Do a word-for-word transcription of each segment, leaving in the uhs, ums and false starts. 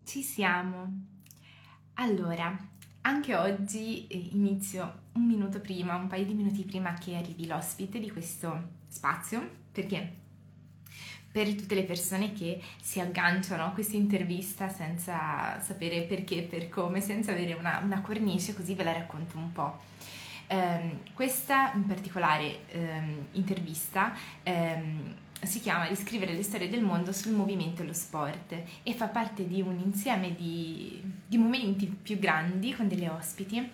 Ci siamo. Allora, anche oggi eh, inizio un minuto prima, un paio di minuti prima che arrivi l'ospite di questo spazio, perché per tutte le persone che si agganciano a questa intervista senza sapere perché, per come, senza avere una, una cornice, così ve la racconto un po'. Ehm, questa in particolare ehm, intervista ehm, si chiama Riscrivere le storie del mondo sul movimento e lo sport e fa parte di un insieme di, di momenti più grandi con delle ospiti,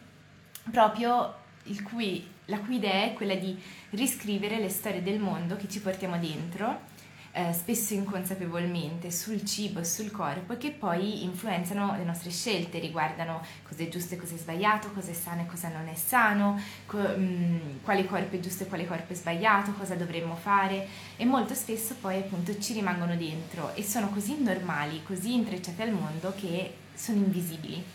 proprio il cui, la cui idea è quella di riscrivere le storie del mondo che ci portiamo dentro, eh, spesso inconsapevolmente, sul cibo e sul corpo, e che poi influenzano le nostre scelte, riguardano cosa è giusto e cosa è sbagliato, cosa è sano e cosa non è sano, co- mh, quale corpo è giusto e quale corpo è sbagliato, cosa dovremmo fare, e molto spesso poi appunto ci rimangono dentro e sono così normali, così intrecciate al mondo che sono invisibili.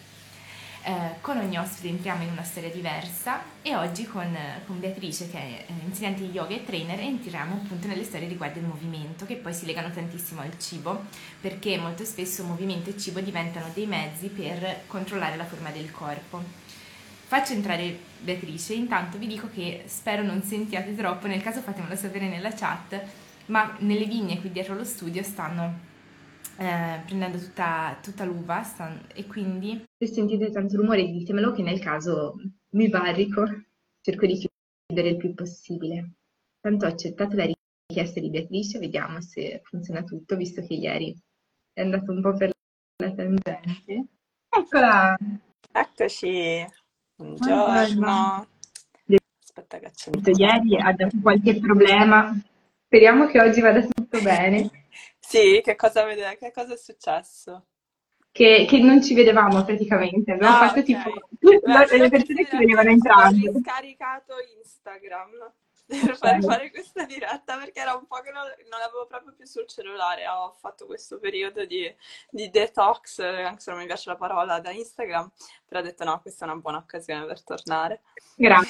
Eh, con ogni ospite entriamo in una storia diversa e oggi con, con Beatrice, che è eh, insegnante di yoga e trainer, entriamo appunto nelle storie riguardo il movimento, che poi si legano tantissimo al cibo, perché molto spesso movimento e cibo diventano dei mezzi per controllare la forma del corpo. Faccio entrare Beatrice, intanto vi dico che spero non sentiate troppo, nel caso fatemelo sapere nella chat, ma nelle vigne qui dietro lo studio stanno eh, prendendo tutta, tutta l'uva stan- e quindi se sentite tanto rumore ditemelo, che nel caso mi barrico, cerco di chiudere il più possibile. Tanto ho accettato la richiesta di Beatrice, vediamo se funziona tutto, visto che ieri è andato un po' per la tangente. Eccola! Eccoci, Buongiorno. buongiorno. Aspetta che accendo Detto la... ieri ha dato qualche problema. Speriamo che oggi vada tutto bene. Sì, che cosa vede? Che cosa è successo? che, che non ci vedevamo praticamente. Abbiamo Ah, fatto ok. tipo Beh, io le persone ci considero vedevano che ho entrando. riscaricato Instagram per far Ok. fare questa diretta perché era un po' che non, non l'avevo proprio più sul cellulare. Ho fatto questo periodo di, di detox, eh, anche se non mi piace la parola, da Instagram, però ho detto no, questa è una buona occasione per tornare. Grazie.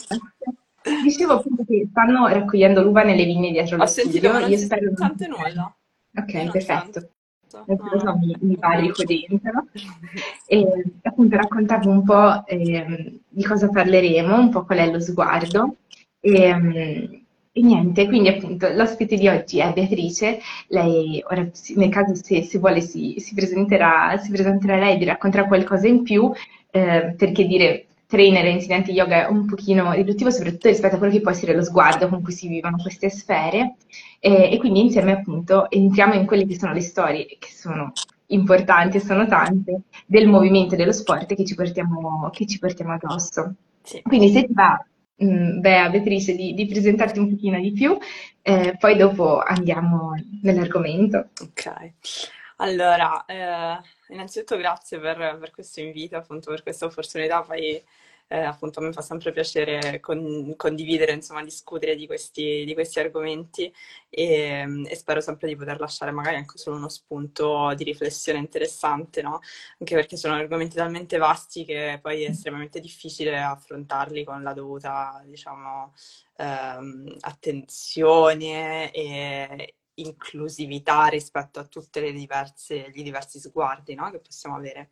Dicevo appunto che stanno raccogliendo l'uva nelle vigne dietro Ho lo sentito, studio. ma non Io si spero non sente sia. nulla. Io Ok, non sento. perfetto. Adesso No, lo so, no. mi, mi Ok. barrico dentro. E appunto raccontavo un po' ehm, di cosa parleremo, un po' qual è lo sguardo. E, ehm, e niente, quindi appunto l'ospite di oggi è Beatrice. Lei, ora, si- nel caso se, se vuole, si, si presenterà, si presenterà lei, vi racconterà qualcosa in più, eh, perché dire trainer e insegnante yoga è un pochino riduttivo, soprattutto rispetto a quello che può essere lo sguardo con cui si vivono queste sfere. E, e quindi insieme appunto entriamo in quelle che sono le storie, che sono importanti e sono tante, del movimento e dello sport che ci portiamo, che ci portiamo addosso. Sì. Quindi se ti va, mh, Bea, Beatrice, di, di presentarti un pochino di più, eh, poi dopo andiamo nell'argomento. Ok, allora, eh, innanzitutto grazie per, per questo invito, appunto per questa opportunità, poi eh, appunto mi fa sempre piacere con- condividere, insomma, discutere di questi, di questi argomenti e, e spero sempre di poter lasciare magari anche solo uno spunto di riflessione interessante, no? Anche perché sono argomenti talmente vasti che poi è estremamente difficile affrontarli con la dovuta, diciamo, ehm, attenzione e inclusività rispetto a tutte le diverse, gli diversi sguardi, no, che possiamo avere.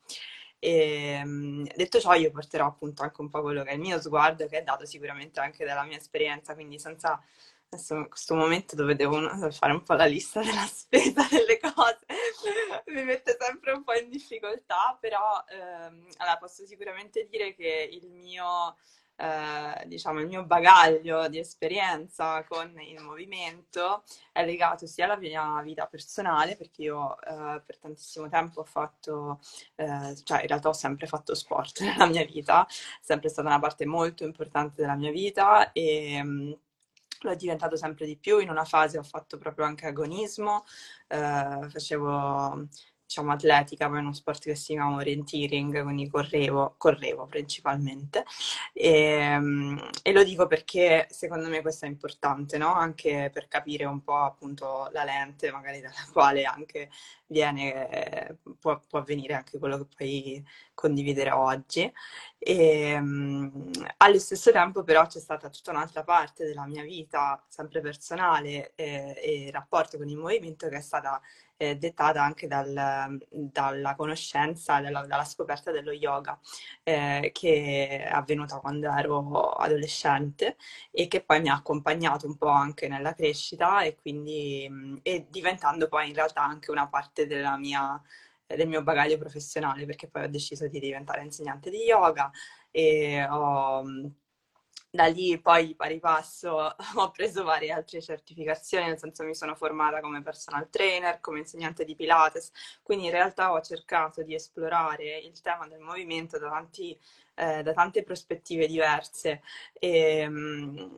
E, mh, detto ciò, io porterò appunto anche un po' quello che è il mio sguardo, che è dato sicuramente anche dalla mia esperienza, quindi senza adesso in questo momento dove devo un- fare un po' la lista della spesa delle cose, mi mette sempre un po' in difficoltà, però ehm, allora, posso sicuramente dire che il mio eh, diciamo, il mio bagaglio di esperienza con il movimento è legato sia alla mia vita personale, perché io eh, per tantissimo tempo ho fatto, eh, cioè in realtà ho sempre fatto sport nella mia vita, è sempre stata una parte molto importante della mia vita e mh, lo è diventato sempre di più. In una fase ho fatto proprio anche agonismo, eh, facevo diciamo atletica, poi uno sport che si chiama orienteering, quindi correvo, correvo principalmente. E, e lo dico perché secondo me questo è importante, no? Anche per capire un po' appunto la lente, magari dalla quale anche viene, eh, può, può avvenire anche quello che puoi condividere oggi. E, mh, allo stesso tempo però c'è stata tutta un'altra parte della mia vita, sempre personale, eh, e rapporto con il movimento che è stata eh, dettata anche dal- dalla conoscenza, dalla, dalla scoperta dello yoga, eh, che è avvenuta quando ero adolescente e che poi mi ha accompagnato un po' anche nella crescita e quindi mh, e diventando poi in realtà anche una parte della mia, del mio bagaglio professionale, perché poi ho deciso di diventare insegnante di yoga e ho, mh, da lì poi di pari passo ho preso varie altre certificazioni, nel senso mi sono formata come personal trainer, come insegnante di Pilates, quindi in realtà ho cercato di esplorare il tema del movimento da tanti, eh, da tante prospettive diverse e mh,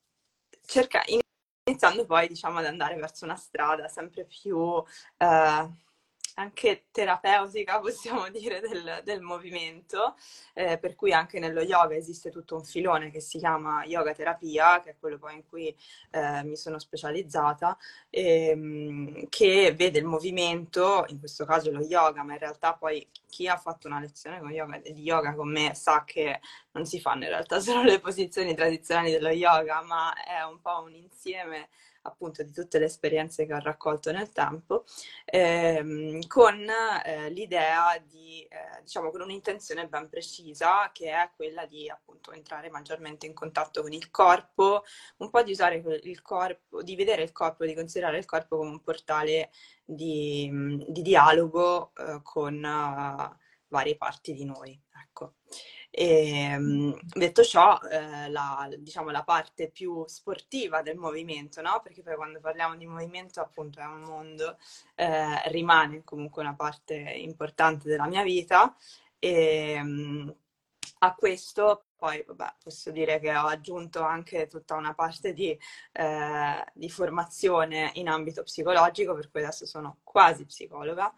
cerca- iniziando poi diciamo ad andare verso una strada sempre più eh, anche terapeutica, possiamo dire, del, del movimento, eh, per cui anche nello yoga esiste tutto un filone che si chiama yoga terapia, che è quello poi in cui eh, mi sono specializzata, ehm, che vede il movimento, in questo caso lo yoga, ma in realtà poi chi ha fatto una lezione con yoga, di yoga con me sa che non si fanno in realtà solo le posizioni tradizionali dello yoga, ma è un po' un insieme appunto di tutte le esperienze che ho raccolto nel tempo, ehm, con eh, l'idea di, eh, diciamo, con un'intenzione ben precisa, che è quella di appunto entrare maggiormente in contatto con il corpo, un po' di usare il corpo, di vedere il corpo, di considerare il corpo come un portale di, di dialogo eh, con uh, varie parti di noi. Ecco. E, detto ciò, eh, la, diciamo, la parte più sportiva del movimento, no? Perché poi quando parliamo di movimento, appunto, è un mondo, eh, rimane comunque una parte importante della mia vita e mh, a questo poi, vabbè, posso dire che ho aggiunto anche tutta una parte di, eh, di formazione in ambito psicologico, per cui adesso sono quasi psicologa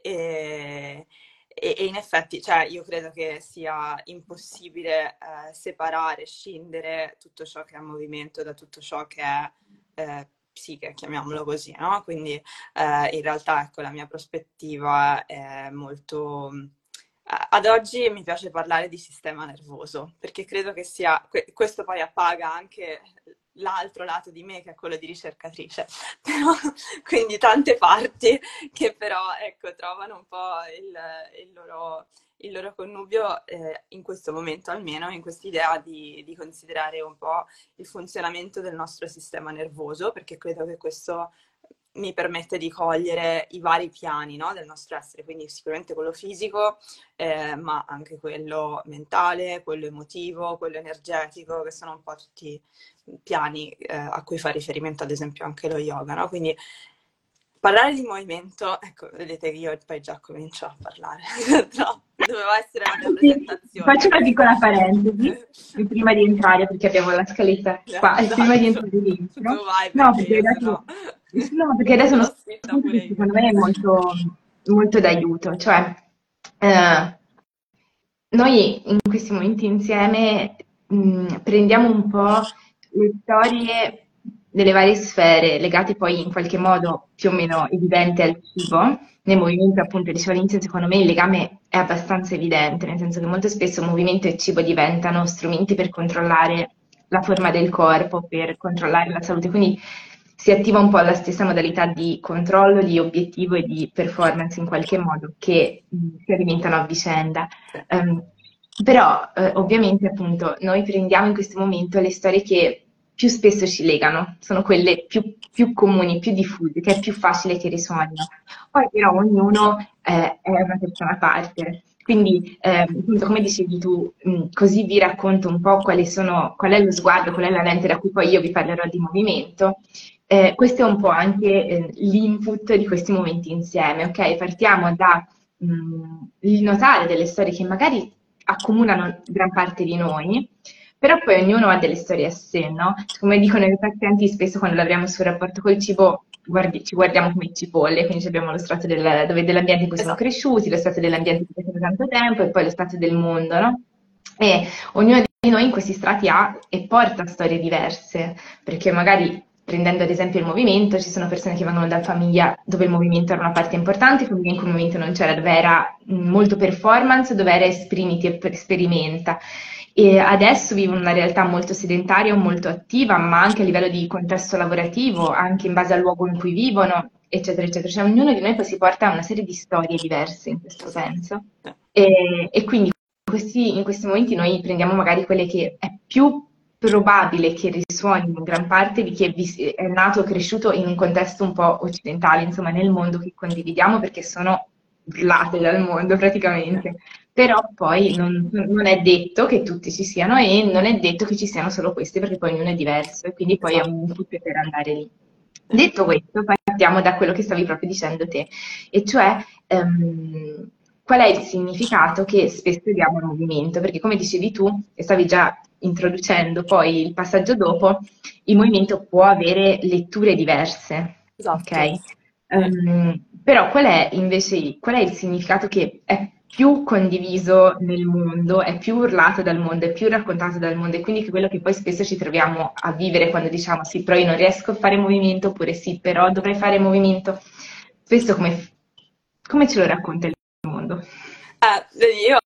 e, e, e in effetti, cioè, io credo che sia impossibile eh, separare, scindere tutto ciò che è movimento da tutto ciò che è eh, psiche, chiamiamolo così, no? Quindi eh, in realtà, ecco, la mia prospettiva è molto... Ad oggi mi piace parlare di sistema nervoso, perché credo che sia, questo poi appaga anche l'altro lato di me, che è quello di ricercatrice, però, quindi tante parti che però ecco, trovano un po' il, il loro, il loro connubio eh, in questo momento almeno, in quest'idea di, di considerare un po' il funzionamento del nostro sistema nervoso, perché credo che questo mi permette di cogliere i vari piani, no, del nostro essere, quindi sicuramente quello fisico, eh, ma anche quello mentale, quello emotivo, quello energetico, che sono un po' tutti piani eh, a cui fa riferimento ad esempio anche lo yoga, no? Quindi parlare di movimento, ecco, vedete che io poi già comincio a parlare, no, doveva essere la mia Sì, presentazione faccio una piccola questa. parentesi prima di entrare, perché abbiamo la scaletta qua, e prima di Esatto, entrare dentro. tu vai No, perché perché io se adesso, no no, perché adesso uno l'ho scritta spunto pure che io. secondo me è molto, molto d'aiuto, cioè eh, noi in questi momenti insieme mh, prendiamo un po' le storie delle varie sfere legate poi in qualche modo più o meno evidente al cibo. Nel movimento, appunto, dicevo all'inizio, secondo me il legame è abbastanza evidente, nel senso che molto spesso movimento e cibo diventano strumenti per controllare la forma del corpo, per controllare la salute, quindi si attiva un po' la stessa modalità di controllo, di obiettivo e di performance in qualche modo che mh, si alimentano a vicenda. Sì, Ehm, però eh, ovviamente appunto noi prendiamo in questo momento le storie che più spesso ci legano, sono quelle più, più comuni, più diffuse, che è più facile che risuonino. Poi però ognuno eh, è una persona a parte. Quindi, eh, appunto, come dicevi tu, mh, così vi racconto un po' quali sono, qual è lo sguardo, qual è la lente da cui poi io vi parlerò di movimento. Eh, questo è un po' anche eh, l'input di questi momenti insieme, ok? Partiamo da mh, il notare delle storie che magari accomunano gran parte di noi, però poi ognuno ha delle storie a sé, no? Come dicono i pazienti, spesso quando lavoriamo sul rapporto col cibo guardi- ci guardiamo come cipolle, quindi abbiamo lo strato del- dove- dell'ambiente in cui siamo esatto. cresciuti, lo stato dell'ambiente in cui siamo tanto tempo e poi lo stato del mondo, no? E ognuno di noi in questi strati ha e porta storie diverse, perché magari prendendo ad esempio il movimento, ci sono persone che vengono da famiglia dove il movimento era una parte importante, famiglie in cui il movimento non c'era, dove era mh, molto performance, dove era esprimiti e per- sperimenta. E adesso vivono una realtà molto sedentaria o molto attiva, ma anche a livello di contesto lavorativo, anche in base al luogo in cui vivono, eccetera, eccetera. Cioè, ognuno di noi poi si porta una serie di storie diverse in questo Esatto. senso. E, e quindi in questi, in questi momenti noi prendiamo magari quelle che è più probabile che risuonino in gran parte di chi è, vis- è nato o cresciuto in un contesto un po' occidentale, insomma, nel mondo che condividiamo perché sono urlate dal mondo praticamente. Però poi non, non è detto che tutti ci siano e non è detto che ci siano solo questi perché poi ognuno è diverso e quindi poi è un Esatto. input per andare lì. Sì. Detto questo, partiamo da quello che stavi proprio dicendo te, e cioè ehm, qual è il significato che spesso diamo al movimento? Perché come dicevi tu, e stavi già introducendo poi il passaggio dopo, il movimento può avere letture diverse, Esatto. ok? Sì. Ehm, però qual è invece qual è il significato che è più condiviso nel mondo, è più urlato dal mondo, è più raccontato dal mondo e quindi che quello che poi spesso ci troviamo a vivere quando diciamo sì, però io non riesco a fare movimento, oppure sì, però dovrei fare movimento. Spesso come, come ce lo racconta il mondo? Eh, vedi, io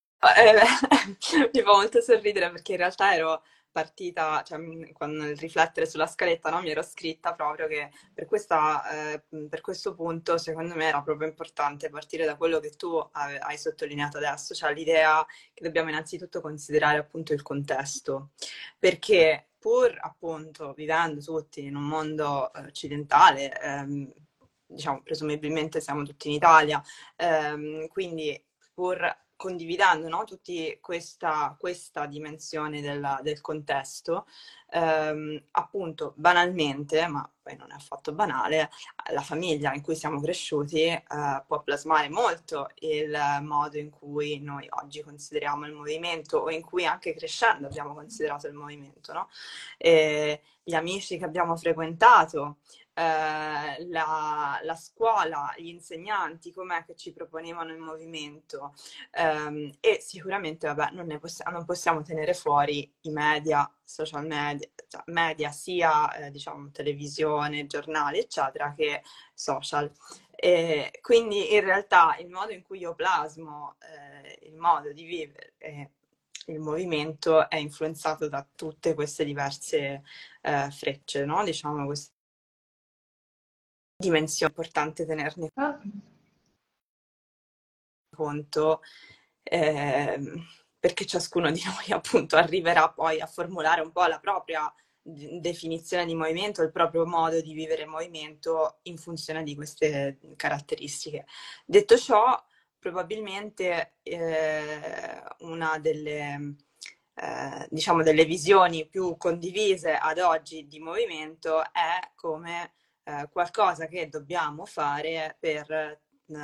eh, mi fa molto sorridere perché in realtà ero partita, cioè mh, con il riflettere sulla scaletta, no? Mi ero scritta proprio che per questa, eh, mh, per questo punto secondo me era proprio importante partire da quello che tu ave- hai sottolineato adesso, cioè l'idea che dobbiamo innanzitutto considerare appunto il contesto, perché pur appunto vivendo tutti in un mondo eh, occidentale, ehm, diciamo presumibilmente siamo tutti in Italia, ehm, quindi pur condividendo, no, tutti questa, questa dimensione della- del contesto, ehm, appunto banalmente, ma poi non è affatto banale, la famiglia in cui siamo cresciuti eh, può plasmare molto il modo in cui noi oggi consideriamo il movimento o in cui anche crescendo abbiamo considerato il movimento, no? E gli amici che abbiamo frequentato, eh, la, la scuola, gli insegnanti, com'è che ci proponevano il movimento. Ehm, e sicuramente, vabbè, non, ne possi- non possiamo tenere fuori i media, social media, cioè media sia, eh, diciamo, televisione, giornali, eccetera, che social. E quindi in realtà il modo in cui io plasmo eh, il modo di vivere eh, il movimento è influenzato da tutte queste diverse eh, frecce, no? Diciamo, queste dimensioni, è importante tenerne Ah, conto, ehm, perché ciascuno di noi appunto arriverà poi a formulare un po' la propria d- definizione di movimento, il proprio modo di vivere il movimento in funzione di queste caratteristiche. Detto ciò, probabilmente eh, una delle, eh, diciamo, delle visioni più condivise ad oggi di movimento è come eh, qualcosa che dobbiamo fare per eh,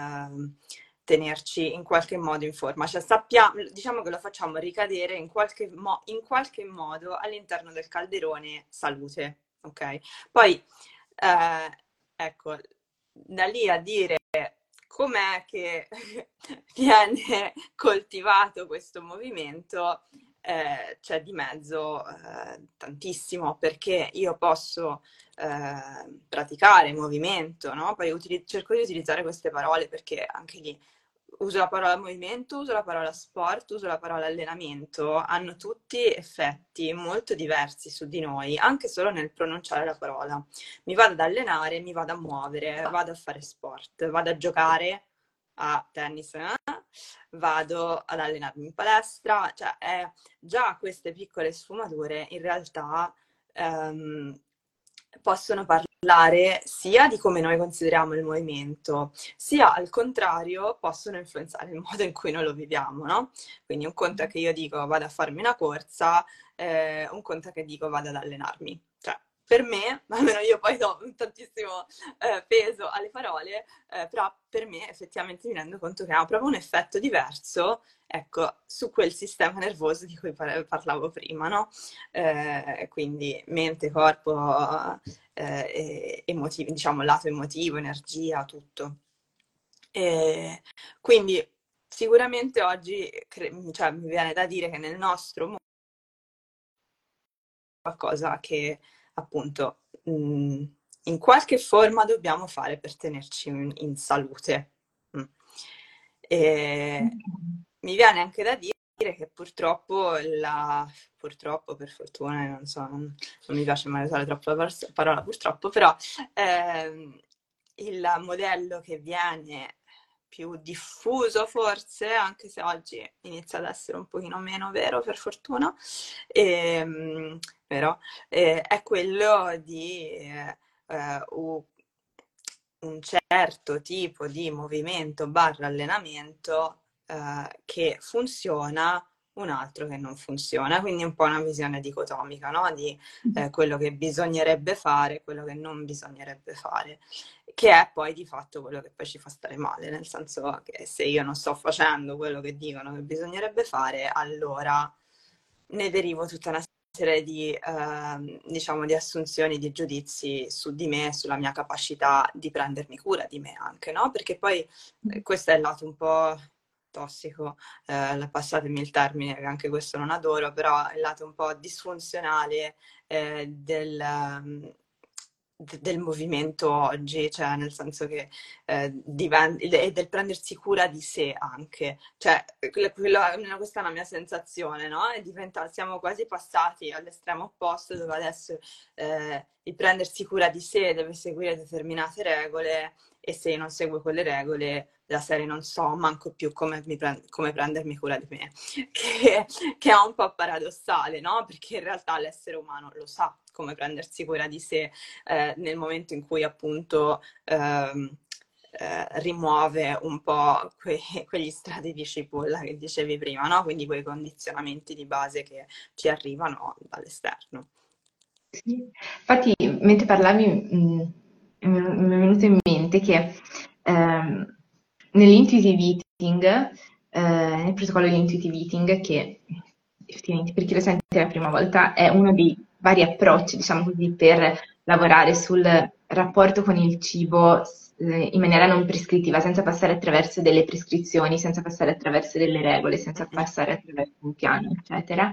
tenerci in qualche modo in forma, cioè sappiamo, diciamo che lo facciamo ricadere in qualche, mo- in qualche modo all'interno del calderone salute, ok? Poi, eh, ecco, da lì a dire com'è che viene coltivato questo movimento, eh, c'è di mezzo eh, tantissimo, perché io posso eh, praticare movimento, no? Poi utili- cerco di utilizzare queste parole perché anche lì uso la parola movimento, uso la parola sport, uso la parola allenamento, hanno tutti effetti molto diversi su di noi, anche solo nel pronunciare la parola. Mi vado ad allenare, mi vado a muovere, vado a fare sport, vado a giocare a tennis, eh? Vado ad allenarmi in palestra, cioè è già queste piccole sfumature in realtà ehm, possono parlare sia di come noi consideriamo il movimento, sia al contrario possono influenzare il modo in cui noi lo viviamo, no? Quindi un conto è che io dico vado a farmi una corsa, eh, un conto è che dico vado ad allenarmi. Cioè, per me, almeno io poi do tantissimo eh, peso alle parole, eh, però per me effettivamente mi rendo conto che ha proprio un effetto diverso, ecco, su quel sistema nervoso di cui par- parlavo prima, no? Eh, quindi mente, corpo, eh, emotivo, diciamo lato emotivo, energia, tutto. E quindi sicuramente oggi cre- cioè, mi viene da dire che nel nostro mondo è qualcosa che appunto mh, in qualche forma dobbiamo fare per tenerci in, in salute. Mm. E mi viene anche da dire che purtroppo, la, purtroppo per fortuna, non so, non, non mi piace mai usare troppo la parola purtroppo, però ehm, il modello che viene più diffuso forse, anche se oggi inizia ad essere un pochino meno vero per fortuna, ehm, però, eh, è quello di eh, eh, un certo tipo di movimento barra allenamento eh, che funziona, un altro che non funziona, quindi un po' una visione dicotomica, no? Di eh, quello che bisognerebbe fare, quello che non bisognerebbe fare, che è poi di fatto quello che poi ci fa stare male, nel senso che se io non sto facendo quello che dicono che bisognerebbe fare, allora ne derivo tutta una serie di, eh, diciamo, di assunzioni, di giudizi su di me, sulla mia capacità di prendermi cura di me anche, no? Perché poi eh, questo è il lato un po' tossico, eh, passatemi il termine, che anche questo non adoro, però è il lato un po' disfunzionale eh, del, um, del movimento oggi, cioè nel senso che eh, diventa, e del prendersi cura di sé anche, cioè quello, quello, questa è una mia sensazione, no? E diventa, siamo quasi passati all'estremo opposto, dove adesso eh, il prendersi cura di sé deve seguire determinate regole, e se io non seguo quelle regole, la serie non so manco più come, mi prend- come prendermi cura di me, che, che è un po' paradossale, no? Perché in realtà l'essere umano lo sa come prendersi cura di sé eh, nel momento in cui appunto ehm, eh, rimuove un po' que- quegli strati di cipolla che dicevi prima, no? Quindi quei condizionamenti di base che ci arrivano dall'esterno. Sì. Infatti, mentre parlavi, mh, mi mi è venuto in mente che ehm, nell'intuitive eating, eh, nel protocollo di intuitive eating, che effettivamente per chi lo sente la prima volta è uno dei vari approcci, diciamo così, per lavorare sul rapporto con il cibo eh, in maniera non prescrittiva, senza passare attraverso delle prescrizioni, senza passare attraverso delle regole, senza passare attraverso un piano, eccetera.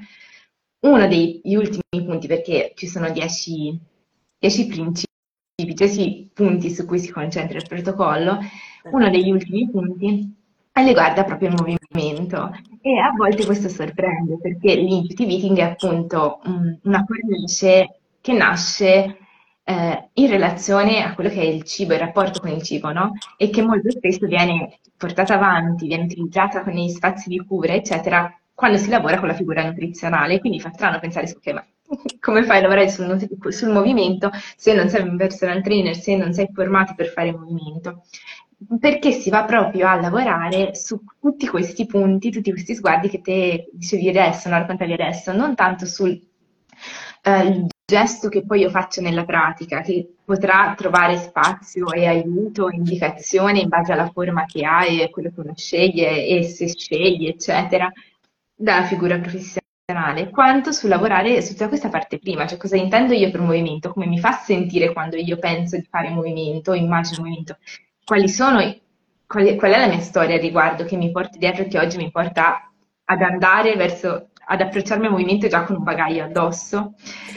Uno degli ultimi punti, perché ci sono dieci, dieci principi, dieci punti su cui si concentra il protocollo, uno degli ultimi punti riguarda proprio il movimento e a volte questo sorprende perché l'intuitive eating è appunto um, una cornice che nasce eh, in relazione a quello che è il cibo, il rapporto con il cibo, no? E che molto spesso viene portata avanti, viene utilizzata con gli spazi di cura, eccetera, quando si lavora con la figura nutrizionale. Quindi fa strano pensare, ok, ma come fai a lavorare sul, nut- sul movimento se non sei un personal trainer, se non sei formato per fare movimento? Perché si va proprio a lavorare su tutti questi punti, tutti questi sguardi che te dicevi adesso, no, raccontavi adesso, non tanto sul eh, il gesto che poi io faccio nella pratica, che potrà trovare spazio e aiuto, indicazione in base alla forma che ha e quello che uno sceglie e se sceglie, eccetera, dalla figura professionale, quanto su lavorare su tutta questa parte prima, cioè cosa intendo io per movimento, come mi fa sentire quando io penso di fare movimento, immagino movimento, quali sono, i- qual è, qual è la mia storia al riguardo che mi porta dietro e che oggi mi porta ad andare verso, ad approcciarmi al movimento già con un bagaglio addosso.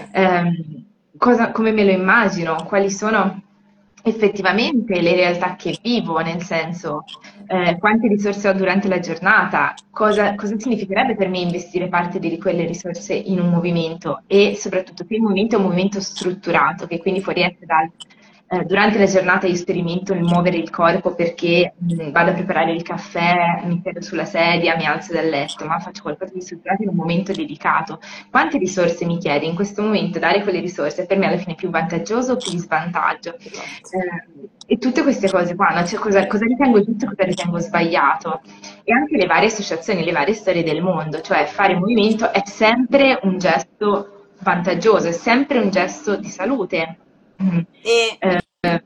Ehm, cosa- come me lo immagino, quali sono effettivamente le realtà che vivo, nel senso eh, quante risorse ho durante la giornata, cosa, cosa significherebbe per me investire parte di quelle risorse in un movimento e soprattutto se il movimento è un movimento strutturato, che quindi fuoriesce dal eh, durante la giornata io sperimento il muovere il corpo perché mh, vado a preparare il caffè, mi siedo sulla sedia, mi alzo dal letto, ma faccio qualcosa di strutturato in un momento dedicato. Quante risorse mi chiedi? In questo momento dare quelle risorse è per me alla fine più vantaggioso o più di svantaggio? Esatto. Eh, e tutte queste cose qua, no? Cioè, cosa, cosa ritengo giusto e cosa ritengo sbagliato? E anche le varie associazioni, le varie storie del mondo, cioè fare movimento è sempre un gesto vantaggioso, è sempre un gesto di salute. Mm. E Eh,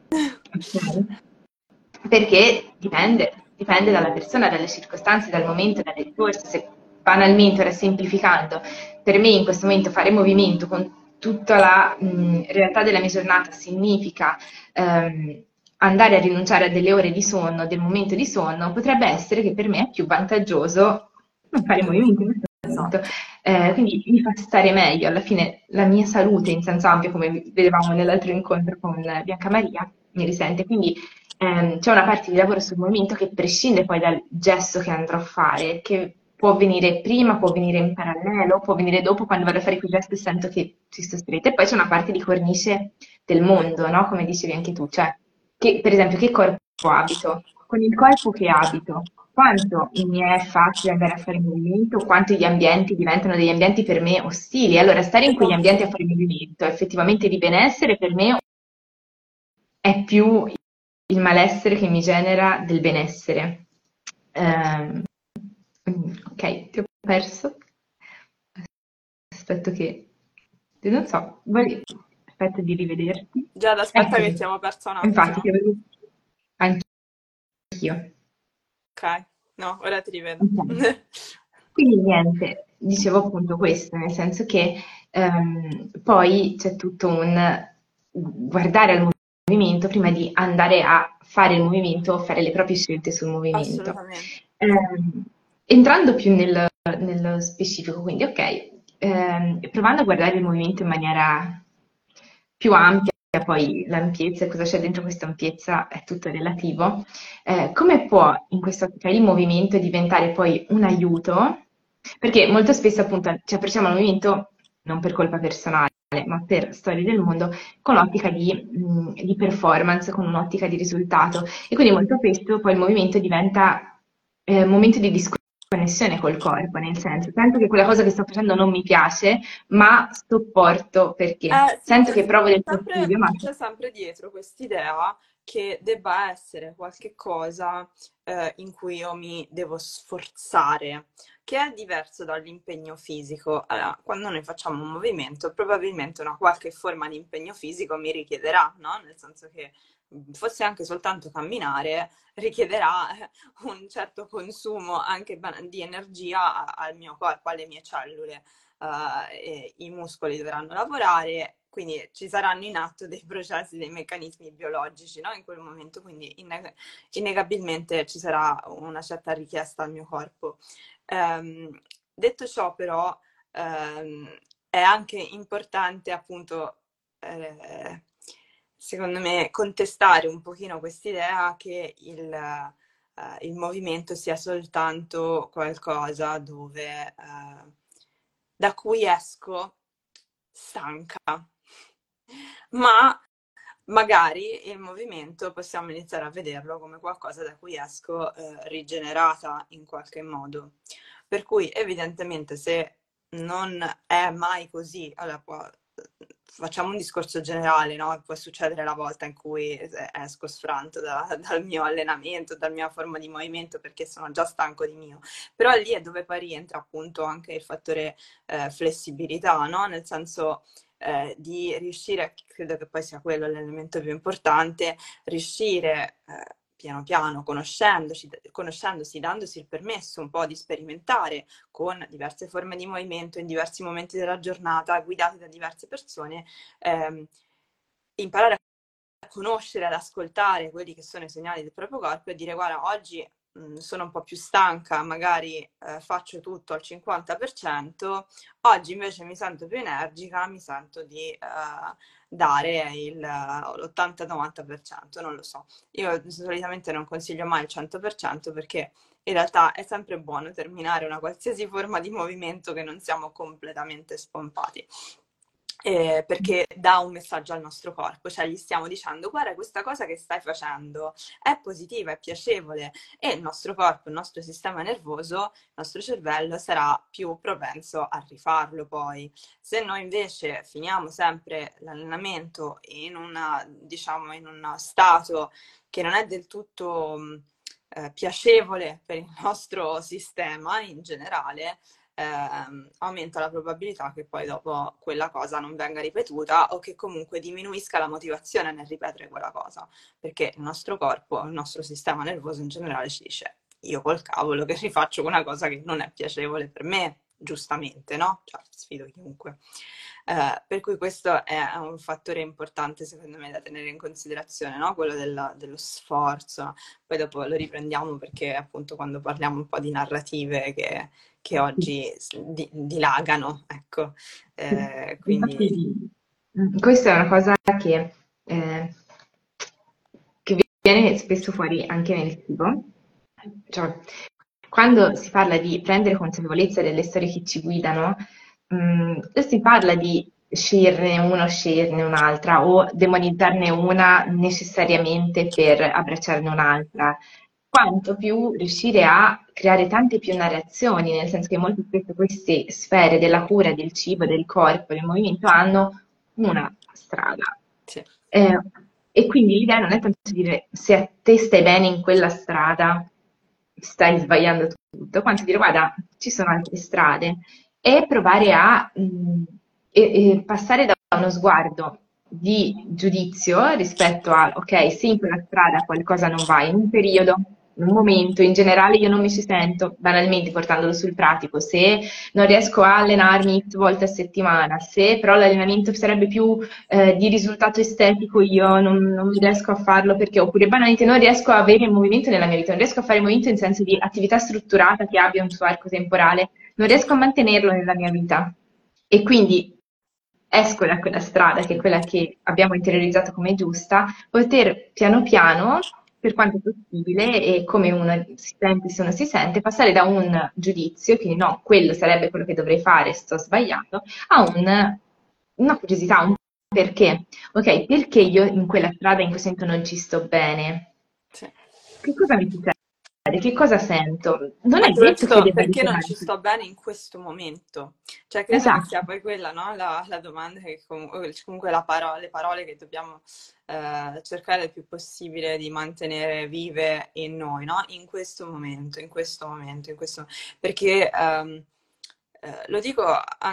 ok. Perché dipende, dipende dalla persona, dalle circostanze, dal momento, dalle risorse. Se banalmente, ora semplificando, per me in questo momento fare movimento con tutta la mh, realtà della mia giornata significa ehm, andare a rinunciare a delle ore di sonno, del momento di sonno, potrebbe essere che per me è più vantaggioso non fare movimento. Esatto. Eh, quindi mi fa stare meglio, alla fine la mia salute in senso ampio, come vedevamo nell'altro incontro con Bianca Maria, mi risente, quindi ehm, c'è una parte di lavoro sul movimento che prescinde poi dal gesto che andrò a fare, che può avvenire prima, può avvenire in parallelo, può avvenire dopo quando vado a fare quei gesti e sento che ci sto stretta. E poi c'è una parte di cornice del mondo, no? Come dicevi anche tu, cioè, che, per esempio, che corpo abito? Con il corpo che abito, quanto mi è facile andare a fare movimento, quanto gli ambienti diventano degli ambienti per me ostili. Allora, stare in quegli ambienti a fare movimento effettivamente di benessere per me è più il malessere che mi genera del benessere. Ehm, ok, ti ho perso. Aspetto che... Non so, vuoi... aspetto di rivederti. Giada, aspetta che Eccomi. ti avevo perso un Infatti, ti attimo. avevo... Anch'io. Ok, no, ora ti rivedo. Ok. Quindi niente, dicevo appunto questo, nel senso che ehm, poi c'è tutto un guardare al movimento prima di andare a fare il movimento o fare le proprie scelte sul movimento. Assolutamente. Ehm, entrando più nel- nello specifico, quindi ok, ehm, provando a guardare il movimento in maniera più ampia, poi l'ampiezza e cosa c'è dentro questa ampiezza è tutto relativo. Eh, come può in questa ottica il movimento diventare poi un aiuto? Perché molto spesso appunto ci approcciamo al movimento non per colpa personale, ma per storie del mondo, con un'ottica di, mh, di performance, con un'ottica di risultato. E quindi molto spesso poi il movimento diventa eh, un momento di disconnessione col corpo, nel senso, sento che quella cosa che sto facendo non mi piace, ma sopporto perché Eh, sì, sento c'è che provo del sempre, fastidio, ma c'è sempre dietro quest'idea che debba essere qualche cosa eh, in cui io mi devo sforzare, che è diverso dall'impegno fisico. Allora, quando noi facciamo un movimento, probabilmente una qualche forma di impegno fisico mi richiederà, no? Nel senso che mh, fosse anche soltanto camminare, richiederà eh, un certo consumo anche ba- di energia a- al mio corpo, alle mie cellule. Uh, i muscoli dovranno lavorare, quindi ci saranno in atto dei processi, dei meccanismi biologici, no? In quel momento, quindi inneg- innegabilmente ci sarà una certa richiesta al mio corpo. Um, detto ciò, però, um, è anche importante appunto, eh, secondo me, contestare un pochino quest'idea che il, uh, il movimento sia soltanto qualcosa dove... Uh, da cui esco stanca, ma magari il movimento possiamo iniziare a vederlo come qualcosa da cui esco eh, rigenerata in qualche modo. Per cui evidentemente se non è mai così, allora può, facciamo un discorso generale, no? Può succedere la volta in cui esco sfranto da, dal mio allenamento, dalla mia forma di movimento perché sono già stanco di mio, però lì è dove poi rientra appunto anche il fattore eh, flessibilità, no? Nel senso eh, di riuscire, credo che poi sia quello l'elemento più importante, riuscire eh, piano piano, conoscendoci, conoscendosi, dandosi il permesso un po' di sperimentare con diverse forme di movimento in diversi momenti della giornata, guidati da diverse persone, ehm, imparare a conoscere, ad ascoltare quelli che sono i segnali del proprio corpo e dire guarda, oggi mh, sono un po' più stanca, magari eh, faccio tutto al cinquanta per cento, oggi invece mi sento più energica, mi sento di eh, dare il, l'ottanta novanta per cento, non lo so. Io solitamente non consiglio mai il cento per cento perché in realtà è sempre buono terminare una qualsiasi forma di movimento che non siamo completamente spompati. Eh, perché dà un messaggio al nostro corpo, cioè gli stiamo dicendo guarda questa cosa che stai facendo è positiva, è piacevole e il nostro corpo, il nostro sistema nervoso, il nostro cervello sarà più propenso a rifarlo poi. Se noi invece finiamo sempre l'allenamento in una, diciamo, in uno stato che non è del tutto eh, piacevole per il nostro sistema in generale, ehm, aumenta la probabilità che poi dopo quella cosa non venga ripetuta o che comunque diminuisca la motivazione nel ripetere quella cosa, perché il nostro corpo, il nostro sistema nervoso in generale ci dice io col cavolo che rifaccio una cosa che non è piacevole per me, giustamente, no? Cioè, sfido chiunque. Eh, per cui questo è un fattore importante secondo me da tenere in considerazione, no? Quello della- dello sforzo. Poi dopo lo riprendiamo perché appunto quando parliamo un po' di narrative che, che oggi s- di- dilagano, ecco. Eh, quindi Infatti, mm, questa è una cosa che, eh, che viene spesso fuori anche nel cibo. Cioè, quando si parla di prendere consapevolezza delle storie che ci guidano, mm, si parla di sceglierne una o sceglierne un'altra o demonizzarne una necessariamente per abbracciarne un'altra, quanto più riuscire a creare tante più narrazioni, nel senso che molto spesso queste sfere della cura del cibo, del corpo, del movimento hanno una strada. sì. Eh, e quindi l'idea non è tanto dire se a te stai bene in quella strada, stai sbagliando tutto, quanto dire guarda, ci sono altre strade e provare a mh, e- e passare da uno sguardo di giudizio rispetto a, ok, se in quella strada qualcosa non va in un periodo, in un momento, in generale io non mi ci sento, banalmente portandolo sul pratico, se non riesco a allenarmi X volte a settimana, se però l'allenamento sarebbe più eh, di risultato estetico, io non, non riesco a farlo perché, oppure banalmente non riesco a avere il movimento nella mia vita, non riesco a fare il movimento in senso di attività strutturata che abbia un suo arco temporale, non riesco a mantenerlo nella mia vita. E quindi esco da quella strada, che è quella che abbiamo interiorizzato come giusta, poter piano piano, per quanto possibile, e come uno si sente se uno si sente, passare da un giudizio, quindi no, quello sarebbe quello che dovrei fare, sto sbagliando, a un- una curiosità, un perché. Ok, perché io in quella strada in questo momento non ci sto bene? Sì. Che cosa mi succede? Che cosa sento? Non Ma è detto che soprattutto debba perché non ritornare. ci sto bene in questo momento? Cioè, credo che Esatto. sia poi quella, no? La, la domanda che comunque, comunque la parola, le parole che dobbiamo eh, cercare il più possibile di mantenere vive in noi, no? In questo momento, in questo momento, in questo perché ehm, eh, lo dico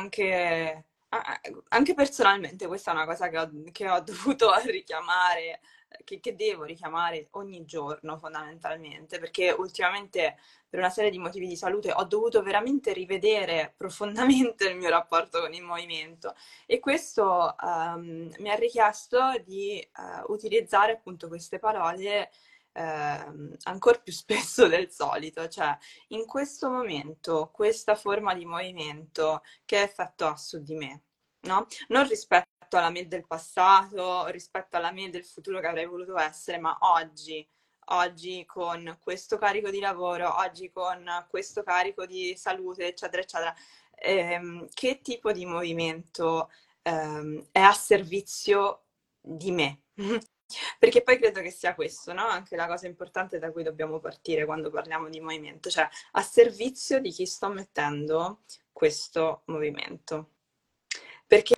anche, a- anche personalmente, questa è una cosa che ho, che ho dovuto richiamare, che, che devo richiamare ogni giorno fondamentalmente, perché ultimamente per una serie di motivi di salute ho dovuto veramente rivedere profondamente il mio rapporto con il movimento e questo ehm, mi ha richiesto di eh, utilizzare appunto queste parole ehm, ancora più spesso del solito, cioè in questo momento questa forma di movimento che effetto ha su di me, no? Non rispetto alla me del passato, rispetto alla me del futuro che avrei voluto essere, ma oggi oggi con questo carico di lavoro, oggi con questo carico di salute, eccetera, eccetera, ehm, che tipo di movimento ehm, è a servizio di me? Perché poi credo che sia questo, no? Anche la cosa importante da cui dobbiamo partire quando parliamo di movimento, cioè a servizio di chi sto mettendo questo movimento. Perché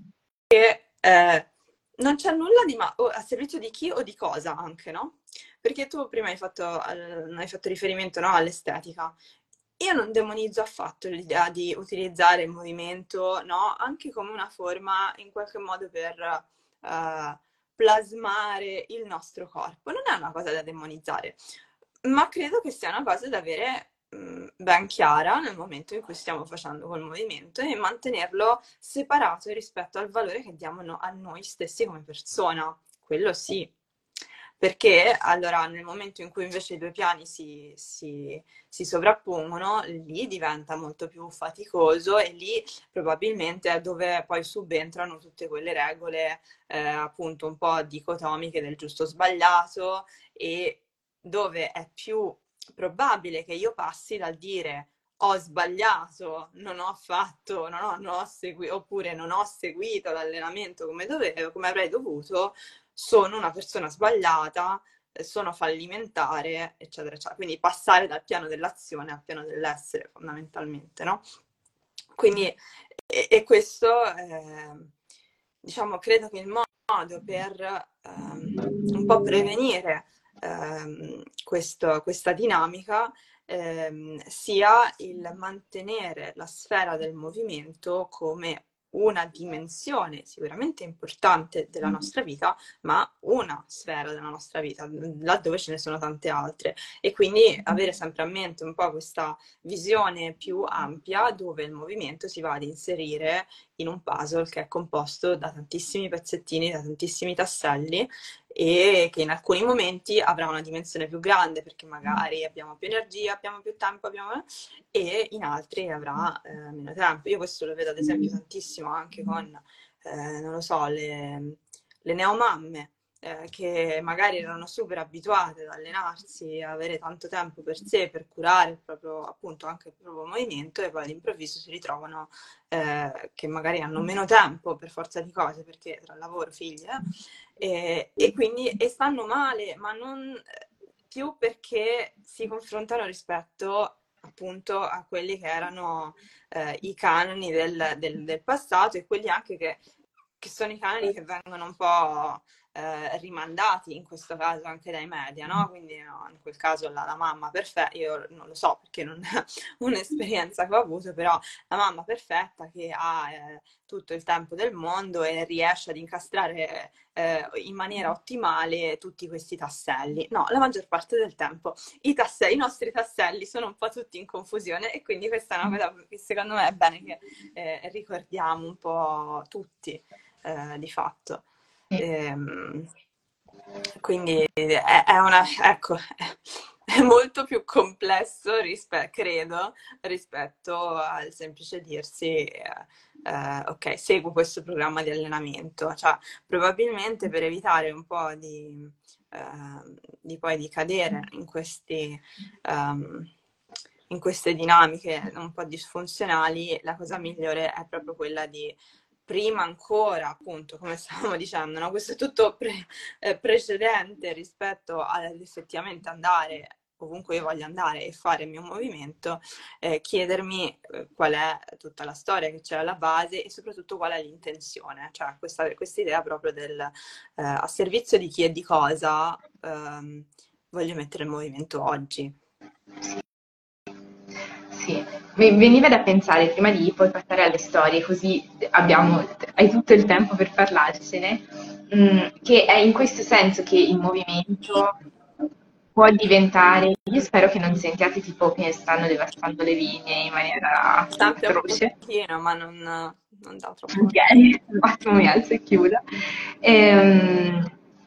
eh, non c'è nulla di ma o a servizio di chi o di cosa anche, no? Perché tu prima hai fatto, al- hai fatto riferimento, no, all'estetica. Io non demonizzo affatto l'idea di utilizzare il movimento, no, anche come una forma in qualche modo per eh, plasmare il nostro corpo. Non è una cosa da demonizzare, ma credo che sia una cosa da avere mh, ben chiara nel momento in cui stiamo facendo quel movimento e mantenerlo separato rispetto al valore che diamo no- a noi stessi come persona. Quello sì. Perché allora nel momento in cui invece i due piani si, si, si sovrappongono, lì diventa molto più faticoso e lì probabilmente è dove poi subentrano tutte quelle regole eh, appunto un po' dicotomiche del giusto sbagliato e dove è più probabile che io passi dal dire ho sbagliato, non ho fatto, non ho, non ho seguito, oppure non ho seguito l'allenamento come dovevo, come avrei dovuto, sono una persona sbagliata, eh, sono fallimentare, eccetera, eccetera. Quindi passare dal piano dell'azione al piano dell'essere, fondamentalmente, no? Quindi, e, e questo, eh, diciamo, credo che il modo per ehm, un po' prevenire ehm, questo- questa dinamica ehm, sia il mantenere la sfera del movimento come una dimensione sicuramente importante della nostra vita, ma una sfera della nostra vita, laddove ce ne sono tante altre. E quindi avere sempre a mente un po' questa visione più ampia, dove il movimento si va ad inserire in un puzzle che è composto da tantissimi pezzettini, da tantissimi tasselli, e che in alcuni momenti avrà una dimensione più grande perché magari abbiamo più energia, abbiamo più tempo, abbiamo... e in altri avrà eh, meno tempo. Io questo lo vedo ad esempio tantissimo anche con, eh, non lo so, le, le neomamme, eh, che magari erano super abituate ad allenarsi, a avere tanto tempo per sé, per curare il proprio, appunto, anche il proprio movimento, e poi all'improvviso si ritrovano eh, che magari hanno meno tempo per forza di cose, perché tra lavoro, figli, eh, e, e quindi e stanno male, ma non più perché si confrontano rispetto appunto a quelli che erano eh, i canoni del, del, del passato, e quelli anche che, che sono i canoni che vengono un po' eh, rimandati in questo caso anche dai media, no? Quindi no, in quel caso la, la mamma perfetta, io non lo so perché non è un'esperienza che ho avuto, però la mamma perfetta che ha eh, tutto il tempo del mondo e riesce ad incastrare eh, in maniera ottimale tutti questi tasselli. No, la maggior parte del tempo i, tasselli, i nostri tasselli sono un po' tutti in confusione, e quindi questa è una cosa che secondo me è bene che eh, ricordiamo un po' tutti, eh, di fatto. Ehm, quindi è, è una, ecco, è molto più complesso, rispe- credo, rispetto al semplice dirsi eh, ok, seguo questo programma di allenamento. Cioè, probabilmente per evitare un po' di, eh, di poi di cadere in questi um, in queste dinamiche un po' disfunzionali, la cosa migliore è proprio quella di, prima ancora, appunto, come stavamo dicendo, no? Questo è tutto pre- eh, precedente rispetto ad effettivamente andare ovunque io voglia andare e fare il mio movimento, eh, chiedermi eh, qual è tutta la storia che c'è alla base, e soprattutto qual è l'intenzione, cioè questa, questa idea proprio del eh, a servizio di chi e di cosa ehm, voglio mettere il movimento oggi. Sì, mi veniva da pensare prima di poi passare alle storie, così abbiamo, hai tutto il tempo per parlarcene, mm, che è in questo senso che il movimento può diventare, io spero che non sentiate tipo che stanno devastando le vigne in maniera Sempre un atroce. pochino, ma non, non da troppo. Ok, un attimo mi alzo e chiudo. Ehm,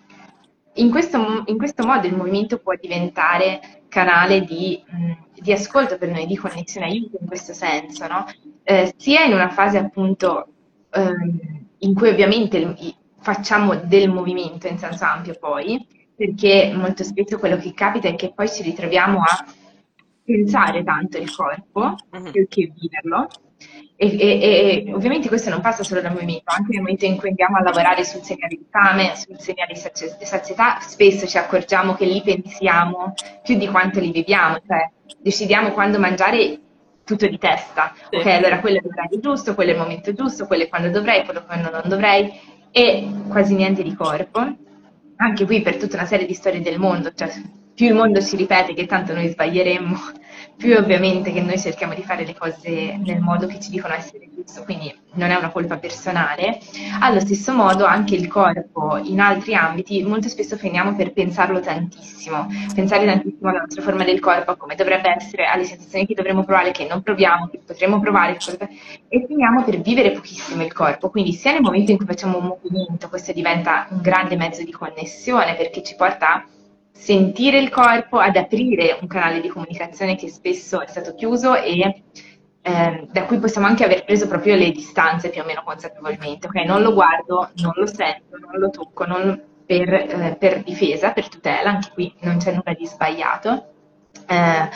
in questo, in questo modo il movimento può diventare canale di, mh, di ascolto per noi, di connessione, aiuto in questo senso, no? Eh, sia in una fase appunto ehm, in cui ovviamente il- i- facciamo del movimento in senso ampio poi, perché molto spesso quello che capita è che poi ci ritroviamo a pensare tanto il corpo Mhm. più che viverlo. E, e- e ovviamente questo non passa solo dal movimento, anche nel momento in cui andiamo a lavorare sul segnale di fame, sul segnale di sazi- sazietà, spesso ci accorgiamo che li pensiamo più di quanto li viviamo, cioè decidiamo quando mangiare tutto di testa. Ok, Sì. allora quello è l'orario giusto, quello è il momento giusto, quello è quando dovrei, quello è quando non dovrei, e quasi niente di corpo. Anche qui per tutta una serie di storie del mondo, cioè più il mondo ci ripete che tanto noi sbaglieremmo, più ovviamente che noi cerchiamo di fare le cose nel modo che ci dicono essere giusto, quindi non è una colpa personale. Allo stesso modo anche il corpo in altri ambiti molto spesso finiamo per pensarlo tantissimo, pensare tantissimo alla nostra forma del corpo, a come dovrebbe essere, alle sensazioni che dovremmo provare, che non proviamo, che potremmo provare, e finiamo per vivere pochissimo il corpo. Quindi sia nel momento in cui facciamo un movimento, questo diventa un grande mezzo di connessione perché ci porta a sentire il corpo, ad aprire un canale di comunicazione che spesso è stato chiuso e eh, da cui possiamo anche aver preso proprio le distanze più o meno consapevolmente. Ok, non lo guardo, non lo sento, non lo tocco, non per, eh, per difesa, per tutela, anche qui non c'è nulla di sbagliato. Eh,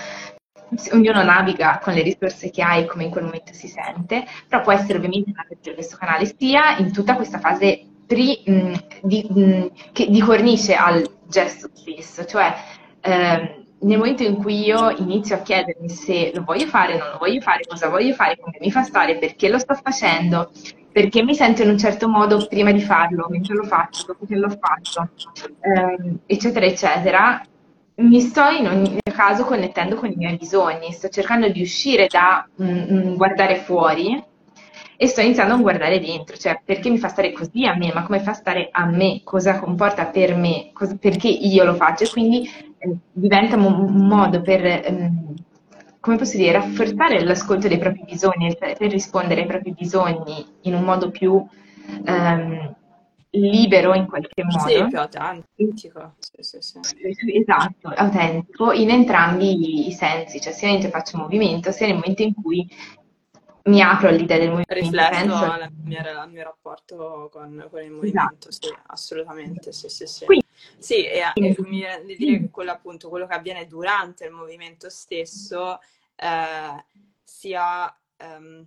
ognuno naviga con le risorse che ha e come in quel momento si sente, però può essere ovviamente una per questo canale sia in tutta questa fase pri, mh, di, mh, che, di cornice al gesto stesso, cioè ehm, nel momento in cui io inizio a chiedermi se lo voglio fare, non lo voglio fare, cosa voglio fare, come mi fa stare, perché lo sto facendo, perché mi sento in un certo modo prima di farlo, mentre lo faccio, dopo che l'ho fatto, ehm, eccetera, eccetera, mi sto in ogni caso connettendo con i miei bisogni, sto cercando di uscire da mm, mm, guardare fuori e sto iniziando a guardare dentro, cioè perché mi fa stare così a me, ma come fa stare a me, cosa comporta per me, cos- perché io lo faccio, e quindi eh, diventa un, un modo per, ehm, come posso dire, rafforzare l'ascolto dei propri bisogni, per, per rispondere ai propri bisogni in un modo più ehm, libero in qualche Sì, modo. più autentico. Sì, sì, sì. Esatto, autentico in entrambi i sensi, cioè sia mentre faccio movimento, sia nel momento in cui mi apro all'idea del movimento, Rifletto penso. la mia- al mio rapporto con, con il movimento, Esatto. sì, assolutamente, sì, sì, sì. Quindi, Sì, e, e mi viene di dire che quello appunto, quello che avviene durante il movimento stesso, eh, sia ehm,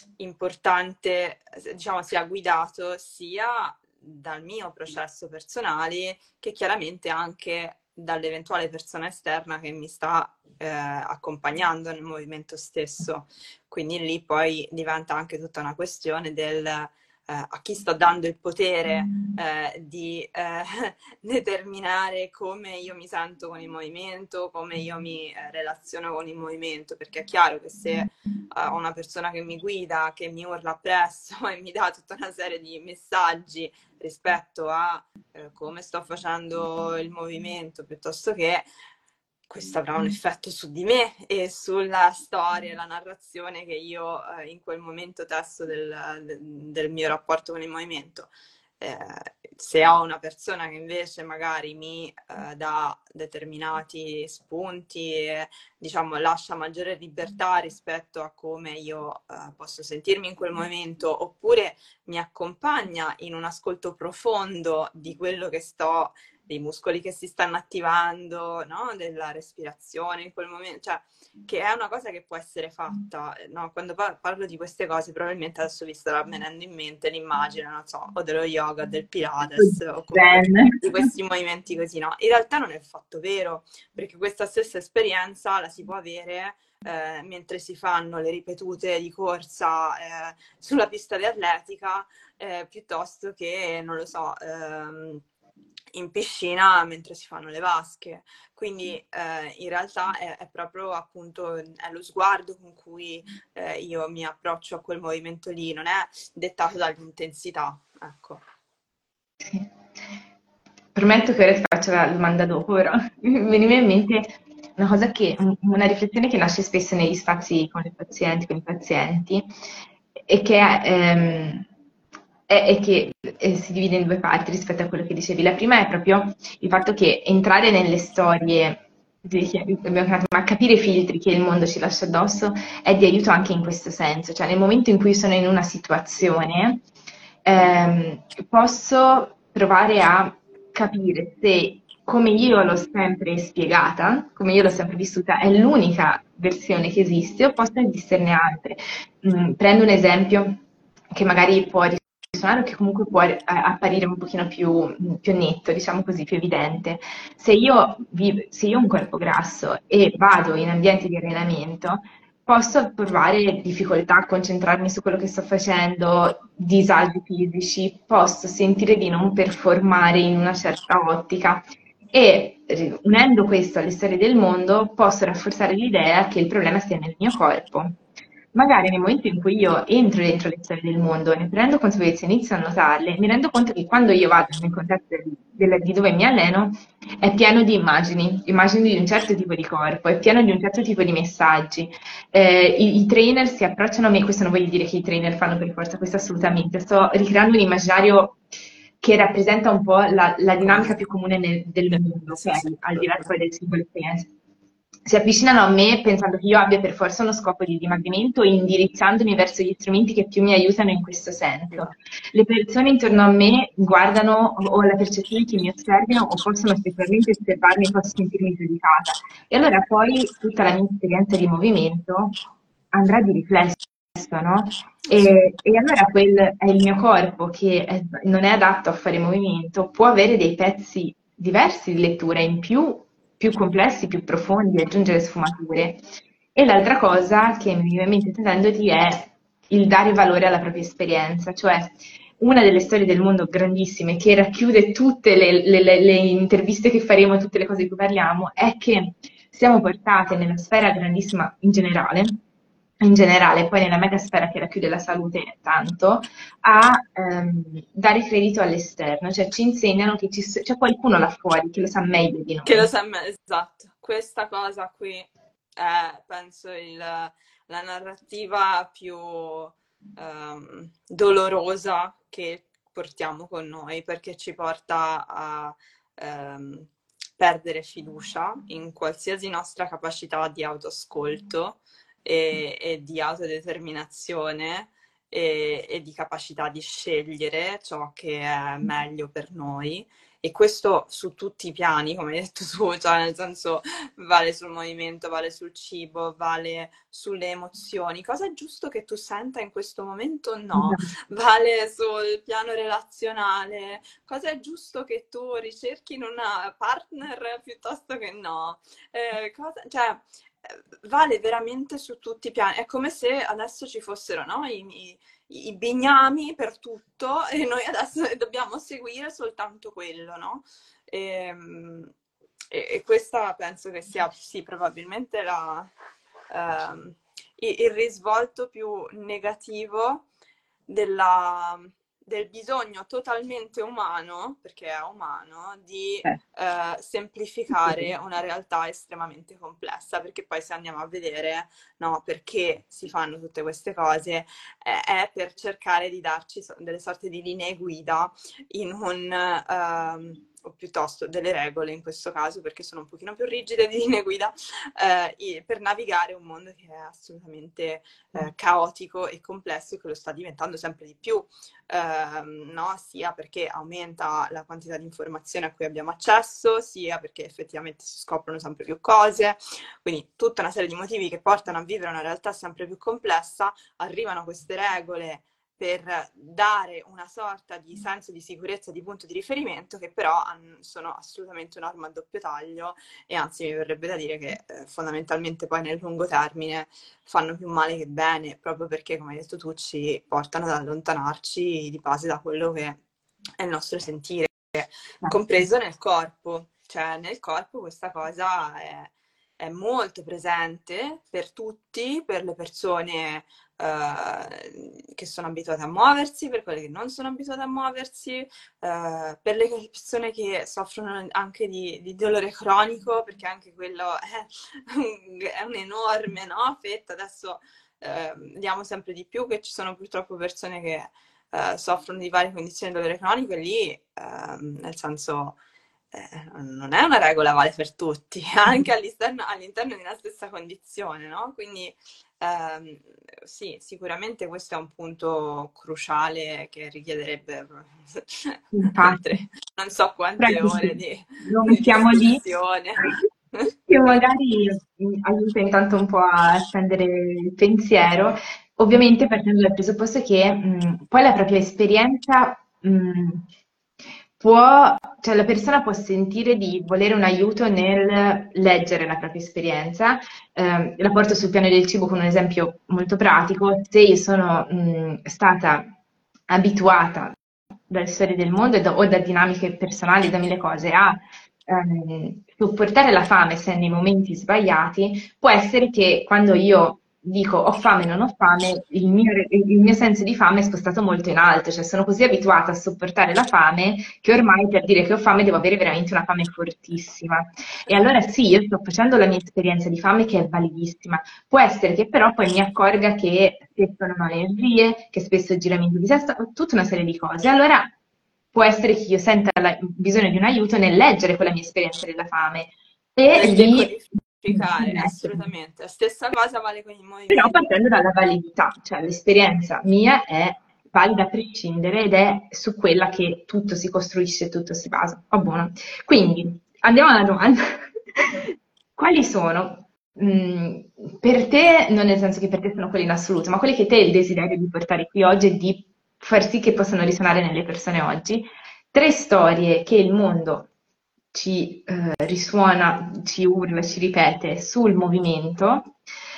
importante, diciamo, sia guidato sia dal mio processo personale che chiaramente anche dall'eventuale persona esterna che mi sta eh, accompagnando nel movimento stesso. Quindi lì poi diventa anche tutta una questione del eh, a chi sto dando il potere eh, di eh, determinare come io mi sento con il movimento, come io mi eh, relaziono con il movimento, perché è chiaro che se eh, ho una persona che mi guida, che mi urla appresso e mi dà tutta una serie di messaggi rispetto a eh, come sto facendo il movimento, piuttosto che questo avrà un effetto su di me e sulla storia e la narrazione che io eh, in quel momento testo del, del, del mio rapporto con il movimento. Eh, se ho una persona che invece magari mi eh, dà determinati spunti e diciamo lascia maggiore libertà rispetto a come io eh, posso sentirmi in quel momento, oppure mi accompagna in un ascolto profondo di quello che sto, dei muscoli che si stanno attivando, no? Della respirazione in quel momento, cioè che è una cosa che può essere fatta, no? Quando par- parlo di queste cose probabilmente adesso vi starà venendo in mente l'immagine, non so, o dello yoga, del Pilates, o comunque Zen. di questi movimenti così, no? In realtà non è affatto vero, perché questa stessa esperienza la si può avere eh, mentre si fanno le ripetute di corsa eh, sulla pista di atletica, eh, piuttosto che, non lo so, ehm, in piscina mentre si fanno le vasche. Quindi eh, in realtà è, è proprio appunto è lo sguardo con cui eh, io mi approccio a quel movimento lì, non è dettato dall'intensità, ecco. Sì. Prometto che ora ti faccio la domanda dopo, però mi veniva in mente una cosa che, una riflessione che nasce spesso negli spazi con le pazienti, con i pazienti, e che, ehm, è, è che eh, si divide in due parti rispetto a quello che dicevi. La prima è proprio il fatto che entrare nelle storie, di- abbiamo chiamato, ma capire i filtri che il mondo ci lascia addosso è di aiuto anche in questo senso, cioè nel momento in cui sono in una situazione ehm, posso provare a capire se come io l'ho sempre spiegata, come io l'ho sempre vissuta, è l'unica versione che esiste o possono esisterne altre. Mm, prendo un esempio che magari può risuonare o che comunque può eh, apparire un pochino più, più netto, diciamo così, più evidente. Se io, vivo, se io ho un corpo grasso e vado in ambienti di allenamento, posso provare difficoltà a concentrarmi su quello che sto facendo, disagi fisici, posso sentire di non performare in una certa ottica e eh, unendo questo alle storie del mondo posso rafforzare l'idea che il problema sia nel mio corpo. Magari nel momento in cui io entro dentro le storie del mondo, ne prendo consapevolezza e inizio a notarle, mi rendo conto che quando io vado nel contesto del- del- di dove mi alleno è pieno di immagini, immagini di un certo tipo di corpo, è pieno di un certo tipo di messaggi. Eh, i, i trainer si approcciano a me, questo non voglio dire che i trainer fanno per forza questo assolutamente, sto ricreando un immaginario che rappresenta un po' la, la dinamica più comune nel- del mondo, Sì, sì, ok? Al di là tutto. poi del singolo trainer. Si avvicinano a me pensando che io abbia per forza uno scopo di dimagrimento, indirizzandomi verso gli strumenti che più mi aiutano in questo senso. Le persone intorno a me guardano o ho la percezione che mi osservino o possono effettivamente osservarmi e posso sentirmi giudicata. E allora poi tutta la mia esperienza di movimento andrà di riflesso, no? E, e allora quel è il mio corpo che è- non è adatto a fare movimento, può avere dei pezzi diversi di lettura in più, più complessi, più profondi, aggiungere sfumature. E l'altra cosa che mi viene in mente sentendoti è il dare valore alla propria esperienza, cioè una delle storie del mondo grandissime che racchiude tutte le, le- le- le interviste che faremo, tutte le cose di cui parliamo, è che siamo portate nella sfera grandissima in generale in generale, poi nella megasfera che racchiude la salute tanto, a ehm, dare credito all'esterno, cioè ci insegnano che ci s- c'è qualcuno là fuori che lo sa meglio di Che lo noi. sa me, esatto. Questa cosa qui è, penso, il- la narrativa più ehm, dolorosa che portiamo con noi, perché ci porta a ehm, perdere fiducia in qualsiasi nostra capacità di autoascolto e, e di autodeterminazione e, e di capacità di scegliere ciò che è meglio per noi. E questo su tutti i piani, come hai detto tu, cioè nel senso vale sul movimento, vale sul cibo, vale sulle emozioni. Cosa è giusto che tu senta in questo momento? No. Vale sul piano relazionale. Cosa è giusto che tu ricerchi in una partner piuttosto che no? Eh, cosa- cioè, eh, vale veramente su tutti i piani. È come se adesso ci fossero, no, i, i- i bignami per tutto e noi adesso dobbiamo seguire soltanto quello, no? Ehm, E, e questa penso che sia, sì, probabilmente la, ehm, il, il risvolto più negativo della, del bisogno totalmente umano, perché è umano, di Eh, eh, semplificare una realtà estremamente complessa, perché poi se andiamo a vedere, no, perché si fanno tutte queste cose, eh, è per cercare di darci so- delle sorte di linee guida in un, ehm, o piuttosto delle regole in questo caso, perché sono un pochino più rigide di linee guida, eh, i- per navigare un mondo che è assolutamente eh, caotico e complesso e che lo sta diventando sempre di più, ehm, no? Sia perché aumenta la quantità di informazioni a cui abbiamo accesso, sia perché effettivamente si scoprono sempre più cose, quindi tutta una serie di motivi che portano a vivere una realtà sempre più complessa, arrivano queste regole per dare una sorta di senso di sicurezza, di punto di riferimento, che però sono assolutamente un'arma a doppio taglio e anzi mi verrebbe da dire che eh, fondamentalmente poi nel lungo termine fanno più male che bene, proprio perché, come hai detto tu, ci portano ad allontanarci di base da quello che è il nostro sentire, compreso nel corpo. Cioè, nel corpo questa cosa è, è molto presente per tutti, per le persone eh, che sono abituate a muoversi, per quelle che non sono abituate a muoversi, eh, per le persone che soffrono anche di, di dolore cronico, perché anche quello è, è un'enorme, no, fetta. Adesso eh, vediamo sempre di più che ci sono purtroppo persone che eh, soffrono di varie condizioni di dolore cronico e lì, ehm, nel senso, eh, non è una regola vale per tutti, anche all'esterno, all'interno di una stessa condizione, no? Quindi ehm, sì, sicuramente questo è un punto cruciale che richiederebbe infatti. altre, non so Però quante ecco, ore di, lo di mettiamo lì, discussione. che magari mh, aiuta intanto un po' a estendere il pensiero, ovviamente partendo dal presupposto che mh, poi la propria esperienza mh, può, cioè la persona può sentire di volere un aiuto nel leggere la propria esperienza. Eh, la porto sul piano del cibo con un esempio molto pratico. Se io sono mh, stata abituata dalle storie del mondo e da- o da dinamiche personali, da mille cose, a ehm, sopportare la fame se nei momenti sbagliati, può essere che quando io dico ho fame, non ho fame, il mio, il mio senso di fame è spostato molto in alto, cioè sono così abituata a sopportare la fame che ormai per dire che ho fame devo avere veramente una fame fortissima. E allora sì, io sto facendo la mia esperienza di fame che è validissima. Può essere che però poi mi accorga che spesso non ho energie, che spesso ho giramenti di testa, tutta una serie di cose. Allora può essere che io senta la- bisogno di un aiuto nel leggere quella mia esperienza della fame e Nel lì decodificare, mettermi. assolutamente. La stessa cosa vale con il Però movimento. partendo dalla validità, cioè l'esperienza mia è valida a prescindere ed è su quella che tutto si costruisce, tutto si basa. Va buono. Quindi andiamo alla domanda. Quali sono, mh, per te, non nel senso che per te sono quelli in assoluto, ma quelli che te hai il desiderio di portare qui oggi e di far sì che possano risuonare nelle persone oggi, tre storie che il mondo ci eh, risuona, ci urla, ci ripete sul movimento,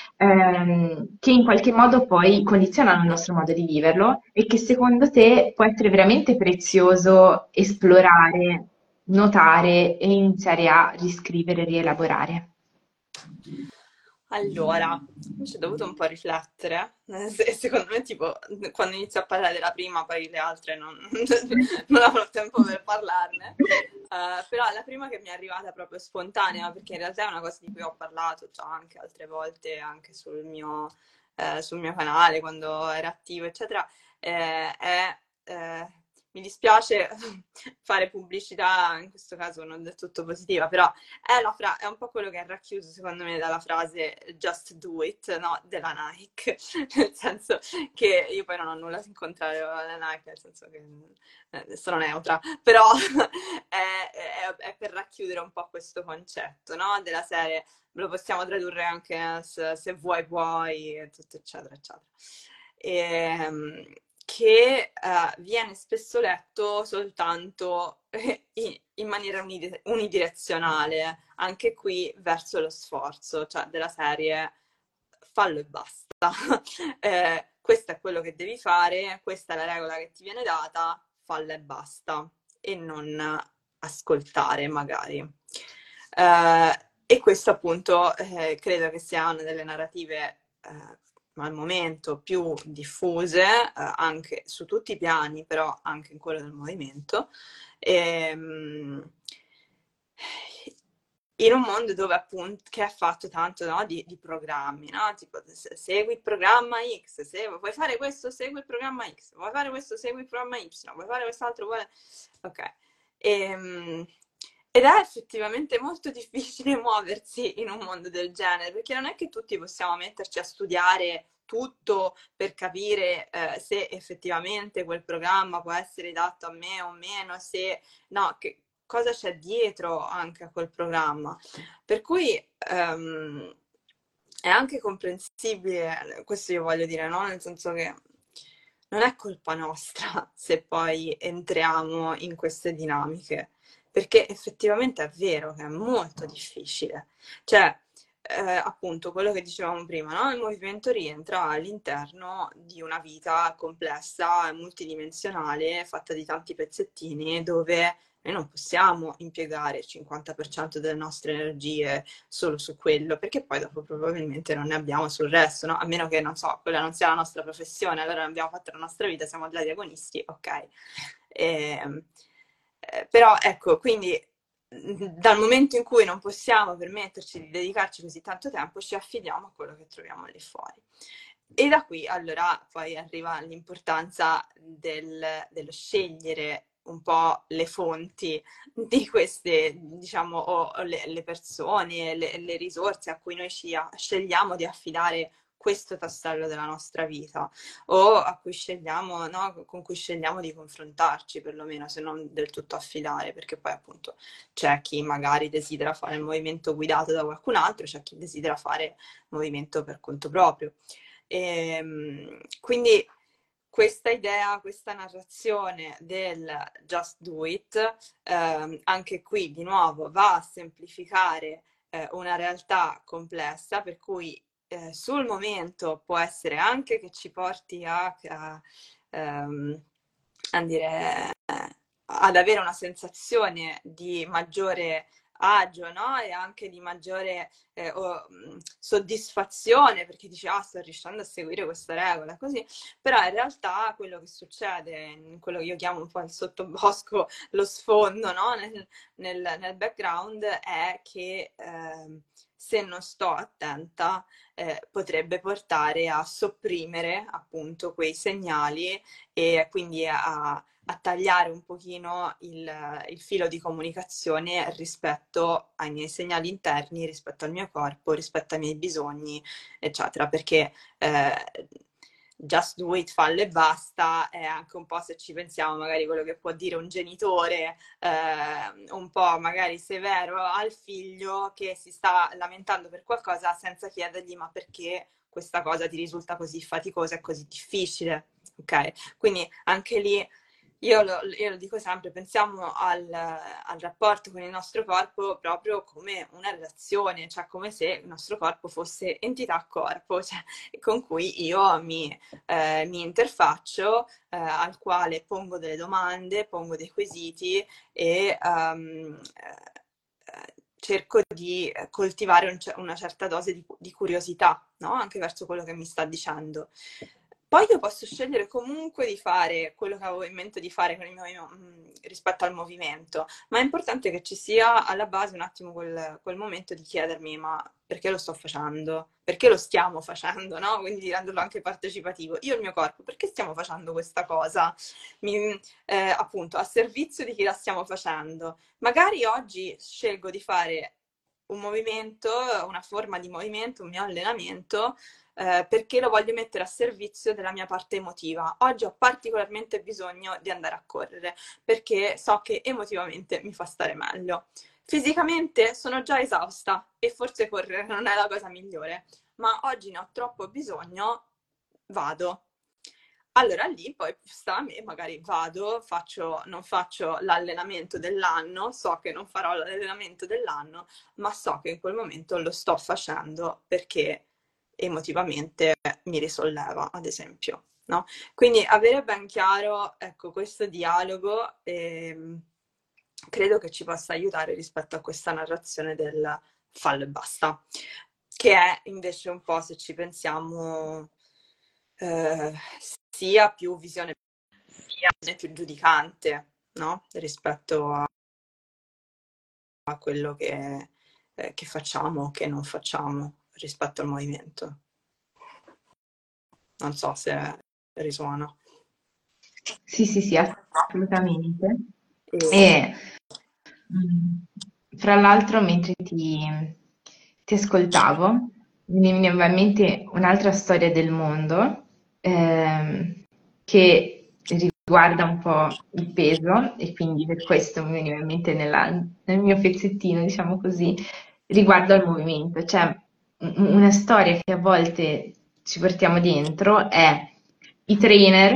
ehm, che in qualche modo poi condizionano il nostro modo di viverlo e che secondo te può essere veramente prezioso esplorare, notare e iniziare a riscrivere, rielaborare. Allora, mi ci ho dovuto un po' riflettere, e secondo me tipo quando inizio a parlare della prima poi le altre non, non avrò tempo per parlarne. Uh, però la prima che mi è arrivata proprio spontanea, perché in realtà è una cosa di cui ho parlato già anche altre volte, anche sul mio, eh, sul mio canale, quando era attivo, eccetera, eh, è... eh, mi dispiace fare pubblicità, in questo caso non del tutto positiva, però è, la fra- è un po' quello che è racchiuso secondo me dalla frase just do it, no? Della Nike, nel senso che io poi non ho nulla in contrario alla Nike, nel senso che eh, sono neutra, però è, è- è per racchiudere un po' questo concetto, no? Della serie, lo possiamo tradurre anche a se, se vuoi puoi, e tutto eccetera eccetera. E, che eh, viene spesso letto soltanto in, in maniera unide- unidirezionale, anche qui verso lo sforzo, cioè della serie fallo e basta. Eh, questo è quello che devi fare, questa è la regola che ti viene data, falla e basta, e non ascoltare magari. Eh, e questo appunto eh, credo che sia una delle narrative eh, al momento più diffuse, eh, anche su tutti i piani, però anche in quello del movimento. E, in un mondo dove appunto che è fatto tanto, no, di, di programmi, no? Tipo se- segui il programma X, se vuoi fare questo segui il programma X, vuoi fare questo segui il programma Y, vuoi fare quest'altro vuoi... ok. Ehm, ed è effettivamente molto difficile muoversi in un mondo del genere, perché non è che tutti possiamo metterci a studiare tutto per capire eh, se effettivamente quel programma può essere adatto a me o meno, se no, che cosa c'è dietro anche a quel programma. Per cui ehm, è anche comprensibile, questo io voglio dire, no? Nel senso che non è colpa nostra se poi entriamo in queste dinamiche, perché effettivamente è vero che è molto difficile. Cioè, eh, appunto, quello che dicevamo prima, no? Il movimento rientra all'interno di una vita complessa e multidimensionale, fatta di tanti pezzettini, dove noi non possiamo impiegare il cinquanta per cento delle nostre energie solo su quello, perché poi dopo probabilmente non ne abbiamo sul resto, no? A meno che, non so, quella non sia la nostra professione, allora non abbiamo fatto la nostra vita, siamo degli agonisti, ok. E, eh, però ecco, quindi dal momento in cui non possiamo permetterci di dedicarci così tanto tempo, ci affidiamo a quello che troviamo lì fuori. E da qui allora poi arriva l'importanza del, dello scegliere un po' le fonti di queste, diciamo, o le, le persone, le, le risorse a cui noi ci a- scegliamo di affidare questo tassello della nostra vita o a cui scegliamo, no, con cui scegliamo di confrontarci, perlomeno, se non del tutto affidare, perché poi appunto c'è chi magari desidera fare il movimento guidato da qualcun altro, c'è chi desidera fare movimento per conto proprio. E, quindi questa idea, questa narrazione del just do it, ehm, anche qui di nuovo va a semplificare eh, una realtà complessa, per cui eh, sul momento può essere anche che ci porti a, a, ehm, a dire, eh, ad avere una sensazione di maggiore agio, no? E anche di maggiore eh, o, mh, soddisfazione, perché dici, ah, sto riuscendo a seguire questa regola, così. Però in realtà quello che succede, in quello che io chiamo un po' il sottobosco, lo sfondo, no? nel, nel, nel background, è che eh, se non sto attenta eh, potrebbe portare a sopprimere appunto quei segnali e quindi a, a tagliare un pochino il, il filo di comunicazione rispetto ai miei segnali interni, rispetto al mio corpo, rispetto ai miei bisogni, eccetera, perché eh, just do it, fallo e basta, è anche un po', se ci pensiamo, magari quello che può dire un genitore eh, un po' magari severo al figlio che si sta lamentando per qualcosa senza chiedergli ma perché questa cosa ti risulta così faticosa e così difficile, ok? Quindi anche lì io lo, io lo dico sempre, pensiamo al, al rapporto con il nostro corpo proprio come una relazione, cioè come se il nostro corpo fosse entità corpo, cioè, con cui io mi, eh, mi interfaccio, eh, al quale pongo delle domande, pongo dei quesiti e um, eh, cerco di coltivare un, una certa dose di, di curiosità, no? Anche verso quello che mi sta dicendo. Poi io posso scegliere comunque di fare quello che avevo in mente di fare con il mio, rispetto al movimento, ma è importante che ci sia alla base un attimo quel, quel momento di chiedermi ma perché lo sto facendo? Perché lo stiamo facendo, no? Quindi di renderlo anche partecipativo. Io e il mio corpo, perché stiamo facendo questa cosa? Mi, eh, appunto, a servizio di chi la stiamo facendo. Magari oggi scelgo di fare un movimento, una forma di movimento, un mio allenamento, eh, perché lo voglio mettere a servizio della mia parte emotiva. Oggi ho particolarmente bisogno di andare a correre, perché so che emotivamente mi fa stare meglio. Fisicamente sono già esausta e forse correre non è la cosa migliore, ma oggi ne ho troppo bisogno, vado. Allora lì poi sta a me, magari vado, faccio, non faccio l'allenamento dell'anno, so che non farò l'allenamento dell'anno, ma so che in quel momento lo sto facendo perché emotivamente mi risolleva, ad esempio, no? Quindi avere ben chiaro, ecco, questo dialogo ehm, credo che ci possa aiutare rispetto a questa narrazione del fallo e basta, che è invece un po', se ci pensiamo, eh, sia più visione più giudicante, no? Rispetto a, a quello che, eh, che facciamo o che non facciamo rispetto al movimento. Non so se risuona. Sì, sì, sì, assolutamente. E... E fra l'altro, mentre ti, ti ascoltavo, mi veniva in mente un'altra storia del mondo ehm, che riguarda un po' il peso e quindi per questo mi veniva in mente nella- nel mio pezzettino, diciamo così, riguardo al movimento. Cioè, un- una storia che a volte ci portiamo dentro è i trainer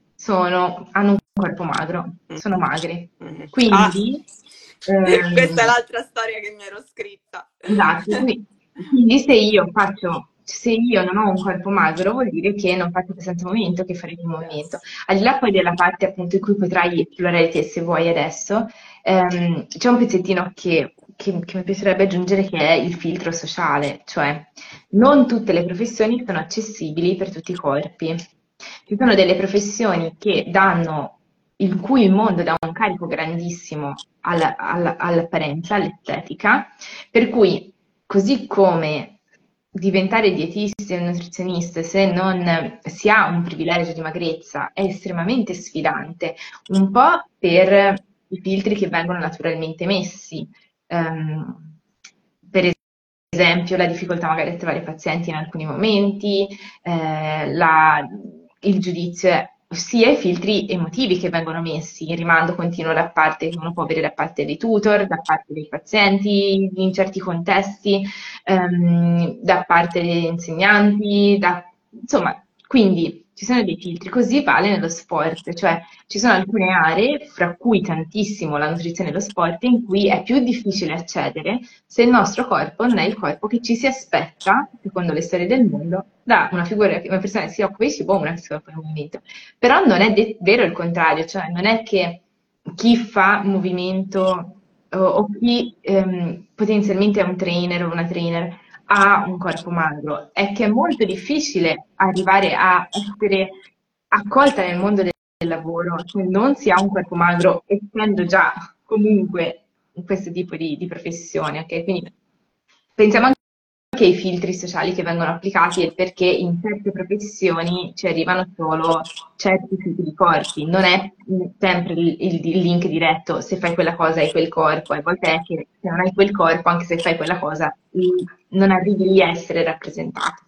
sono, hanno un corpo magro, sono magri. Mm-hmm. Quindi, Ah, questa è ehm, l'altra storia che mi ero scritta. esatto, quindi, quindi se io faccio, se io non ho un corpo magro, vuol dire che non faccio abbastanza movimento, che farei più movimento. Yes. Al di là poi della parte appunto in cui potrai esplorare te se vuoi adesso, ehm, c'è un pezzettino che, che- che mi piacerebbe aggiungere che è il filtro sociale, cioè non tutte le professioni sono accessibili per tutti i corpi. Ci sono delle professioni che danno, in cui il mondo dà un carico grandissimo alla- alla- all'apparenza, all'estetica, per cui così come diventare dietisti e nutrizioniste se non si ha un privilegio di magrezza è estremamente sfidante, un po' per i filtri che vengono naturalmente messi. Ehm, per esempio, la difficoltà magari a trovare pazienti in alcuni momenti, eh, la- il giudizio, è- sia i filtri emotivi che vengono messi, il rimando continuo da parte che uno può avere da parte dei tutor, da parte dei pazienti, in certi contesti, ehm, da parte degli insegnanti, da- insomma, quindi ci sono dei filtri, così vale nello sport, cioè ci sono alcune aree, fra cui tantissimo la nutrizione e lo sport, in cui è più difficile accedere se il nostro corpo non è il corpo che ci si aspetta, secondo le storie del mondo, da una figura, una persona che si occupa di cibo o una che si occupa di movimento. Però non è de- vero il contrario, cioè non è che chi fa movimento o, o chi ehm, potenzialmente è un trainer o una trainer ha un corpo magro, è che è molto difficile arrivare a essere accolta nel mondo del del lavoro, cioè non si ha un corpo magro, essendo già comunque in questo tipo di, di professione, ok? Quindi pensiamo anche ai filtri sociali che vengono applicati e perché in certe professioni ci arrivano solo certi tipi di corpi, non è sempre il, il- il link diretto se fai quella cosa hai quel corpo, a volte è che se non hai quel corpo, anche se fai quella cosa, non arrivi lì a essere rappresentato.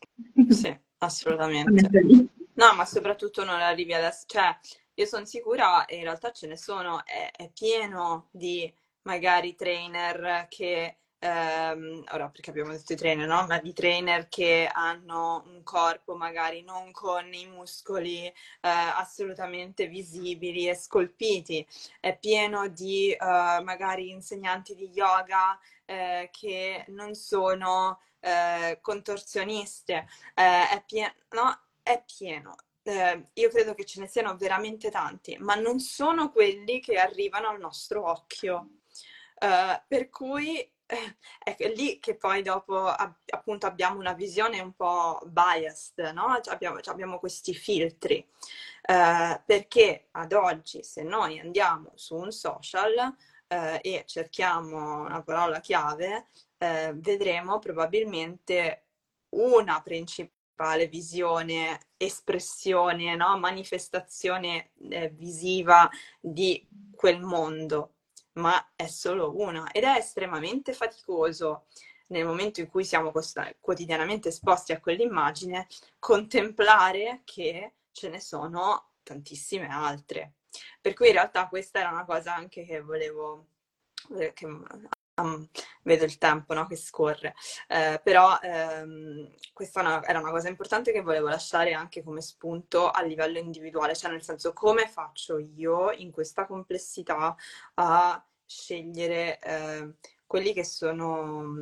Sì, assolutamente. Metto lì. No, ma soprattutto non arrivi adesso, cioè io sono sicura, e in realtà ce ne sono, è, è pieno di magari trainer che, ehm, ora perché abbiamo detto i trainer, no? Ma di trainer che hanno un corpo magari non con i muscoli eh, assolutamente visibili e scolpiti, è pieno di eh, magari insegnanti di yoga eh, che non sono eh, contorsioniste, eh, è pieno, no? È pieno. Eh, io credo che ce ne siano veramente tanti, ma non sono quelli che arrivano al nostro occhio. Eh, per cui eh, è lì che poi dopo ab- appunto abbiamo una visione un po' biased, no? Cioè abbiamo, cioè abbiamo questi filtri. Eh, perché ad oggi se noi andiamo su un social eh, e cerchiamo una parola chiave, eh, vedremo probabilmente una principale visione, espressione, no? Manifestazione eh, visiva di quel mondo, ma è solo una ed è estremamente faticoso nel momento in cui siamo costa- quotidianamente esposti a quell'immagine, contemplare che ce ne sono tantissime altre. Per cui in realtà questa era una cosa anche che volevo, eh, che, um, vedo il tempo, no, che scorre, eh, però ehm, questa è una- era una cosa importante che volevo lasciare anche come spunto a livello individuale, cioè nel senso come faccio io in questa complessità a scegliere eh, quelli che sono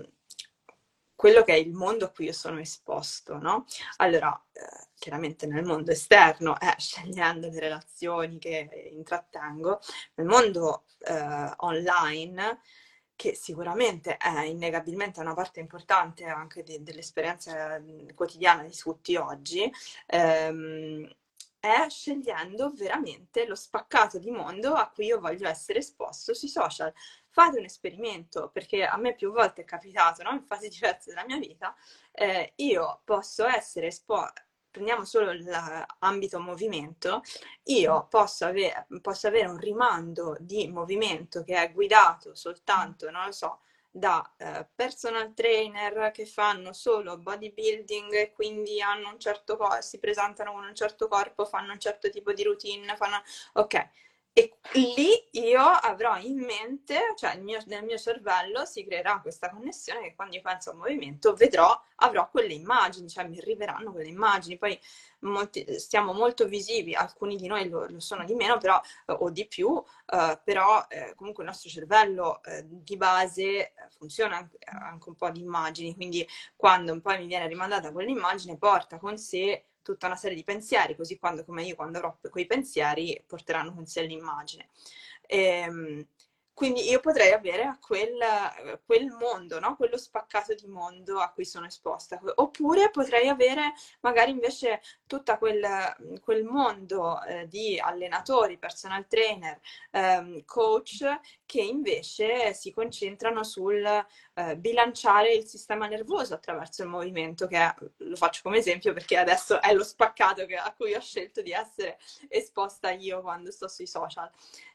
quello che è il mondo a cui io sono esposto, no? Allora, eh, chiaramente nel mondo esterno, eh, scegliendo le relazioni che intrattengo, nel mondo eh, online, che sicuramente è innegabilmente una parte importante anche de- dell'esperienza quotidiana di tutti oggi, ehm, è scegliendo veramente lo spaccato di mondo a cui io voglio essere esposto sui social. Fate un esperimento, perché a me più volte è capitato, no? In fasi diverse della mia vita, eh, io posso essere esposta, prendiamo solo l'ambito movimento, io posso, ave- posso avere un rimando di movimento che è guidato soltanto, non lo so, da eh, personal trainer che fanno solo bodybuilding e quindi hanno un certo corpo, si presentano con un certo corpo, fanno un certo tipo di routine, fanno... ok. E lì io avrò in mente, cioè il mio- nel mio cervello si creerà questa connessione che quando io penso a movimento vedrò, avrò quelle immagini, cioè mi arriveranno quelle immagini. Poi molti, stiamo molto visivi, alcuni di noi lo, lo sono di meno, però, eh, o di più, eh, però eh, comunque il nostro cervello eh, di base eh, funziona anche, anche un po' di immagini, quindi quando poi mi viene rimandata quell'immagine porta con sé tutta una serie di pensieri, così quando, come io, quando avrò quei pensieri, porteranno con sé l'immagine. E, quindi io potrei avere quel, quel mondo, no? Quello spaccato di mondo a cui sono esposta. Oppure potrei avere magari invece tutto quel, quel mondo eh, di allenatori, personal trainer, ehm, coach, che invece si concentrano sul eh, bilanciare il sistema nervoso attraverso il movimento, che è, lo faccio come esempio perché adesso è lo spaccato che, a cui ho scelto di essere esposta io quando sto sui social.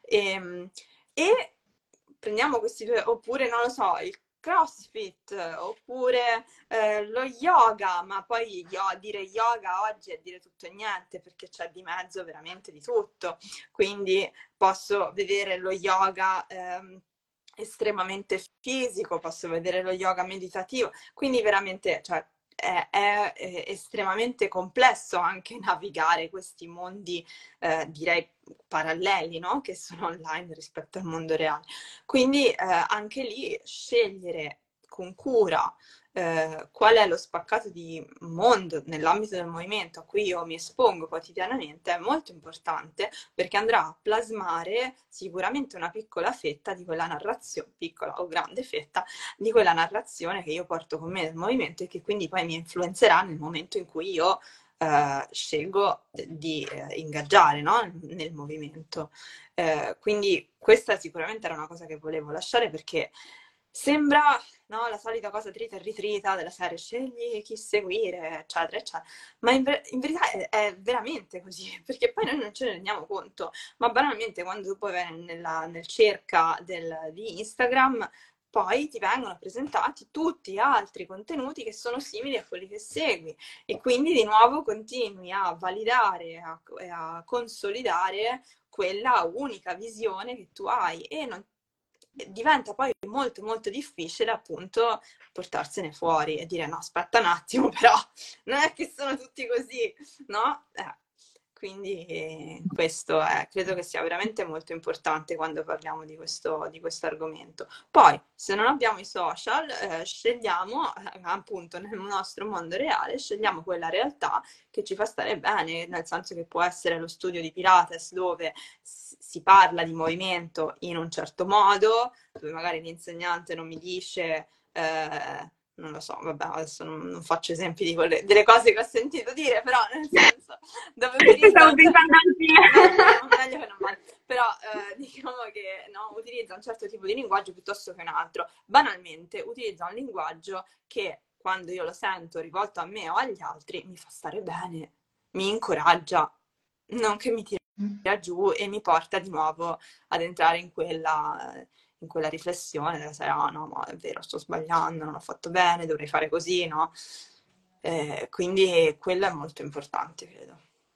E, e prendiamo questi due, oppure non lo so, il CrossFit, oppure eh, lo yoga, ma poi io, dire yoga oggi è dire tutto e niente perché c'è di mezzo veramente di tutto. Quindi posso vedere lo yoga ehm, estremamente fisico, posso vedere lo yoga meditativo, quindi veramente, cioè, è, è, è estremamente complesso anche navigare questi mondi, eh, direi paralleli, no? Che sono online rispetto al mondo reale. Quindi eh, anche lì scegliere con cura eh, qual è lo spaccato di mondo nell'ambito del movimento a cui io mi espongo quotidianamente è molto importante perché andrà a plasmare sicuramente una piccola fetta di quella narrazione, piccola o grande fetta di quella narrazione che io porto con me nel movimento e che quindi poi mi influenzerà nel momento in cui io eh, scelgo di eh, ingaggiare, no? Nel movimento. Eh, quindi questa sicuramente era una cosa che volevo lasciare perché sembra, no, la solita cosa trita e ritrita della serie scegli chi seguire, eccetera, eccetera. Ma in, ver- in verità è, è veramente così, perché poi noi non ce ne rendiamo conto. Ma banalmente quando tu poi vai nella, nel cerca del- di Instagram, poi ti vengono presentati tutti altri contenuti che sono simili a quelli che segui e quindi di nuovo continui a validare e a, e a consolidare quella unica visione che tu hai e non, diventa poi molto molto difficile appunto portarsene fuori e dire no aspetta un attimo però non è che sono tutti così, no? Eh, Quindi eh, questo è, credo che sia veramente molto importante quando parliamo di questo, di questo argomento. Poi, se non abbiamo i social, eh, scegliamo, eh, appunto, nel nostro mondo reale, scegliamo quella realtà che ci fa stare bene, nel senso che può essere lo studio di Pilates dove s- si parla di movimento in un certo modo, dove magari l'insegnante non mi dice... eh, non lo so, vabbè, adesso non, non faccio esempi di quelle, delle cose che ho sentito dire, però nel senso, dove utilizza Stavo un certo... pensando Meglio, anch'io. meglio che non vale. Però eh, diciamo che no, utilizza un certo tipo di linguaggio piuttosto che un altro. Banalmente utilizza un linguaggio che quando io lo sento rivolto a me o agli altri mi fa stare bene, mi incoraggia, non che mi tira giù e mi porta di nuovo ad entrare in quella, in quella riflessione della serie, ah no, ma è vero, sto sbagliando, non ho fatto bene, dovrei fare così, no? Eh, quindi quello è molto importante, credo.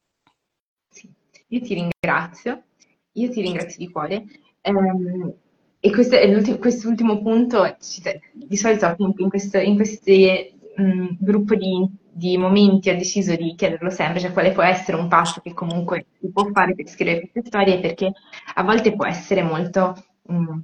Sì, io ti ringrazio, io ti ringrazio di cuore. Ehm, e questo è l'ultimo- quest'ultimo punto, ci te- di solito appunto in questo in questi, mh, gruppo di, di momenti ho deciso di chiederlo sempre, cioè quale può essere un passo che comunque si può fare per scrivere queste storie, perché a volte può essere molto... mh,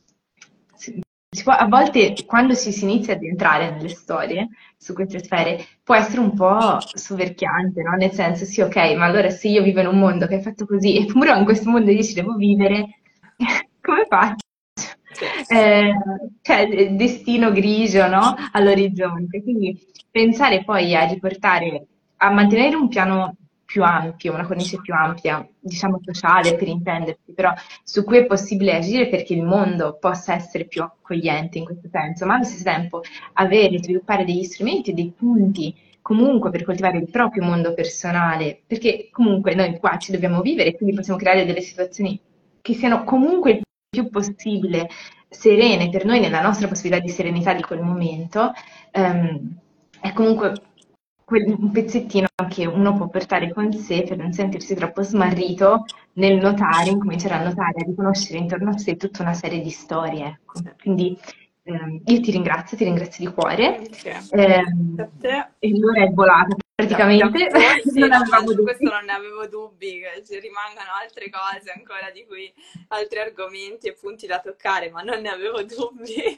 si- si può- a volte quando ci si inizia ad entrare nelle storie, su queste sfere, può essere un po' soverchiante, no? Nel senso, sì, ok, ma allora se io vivo in un mondo che è fatto così, e però in questo mondo io ci devo vivere, come faccio? Sì. Eh, cioè, il destino grigio, no? All'orizzonte. Quindi pensare poi a riportare, a mantenere un piano più ampio, una cornice più ampia, diciamo sociale per intendersi, però su cui è possibile agire perché il mondo possa essere più accogliente in questo senso, ma allo stesso tempo avere, sviluppare degli strumenti e dei punti comunque per coltivare il proprio mondo personale, perché comunque noi qua ci dobbiamo vivere, quindi possiamo creare delle situazioni che siano comunque il più possibile serene per noi nella nostra possibilità di serenità di quel momento, ehm, è comunque quel- un pezzettino che uno può portare con sé per non sentirsi troppo smarrito nel notare, incominciare a notare, a riconoscere intorno a sé tutta una serie di storie, ecco. Sì. Quindi ehm, io ti ringrazio, ti ringrazio di cuore. Anche a Ehm, te. e l'ora è volata Davanti a praticamente, voi, sì, non no, ma avevamo su questo dubbi. non ne avevo dubbi, che ci rimangano altre cose ancora di cui, altri argomenti e punti da toccare, ma non ne avevo dubbi.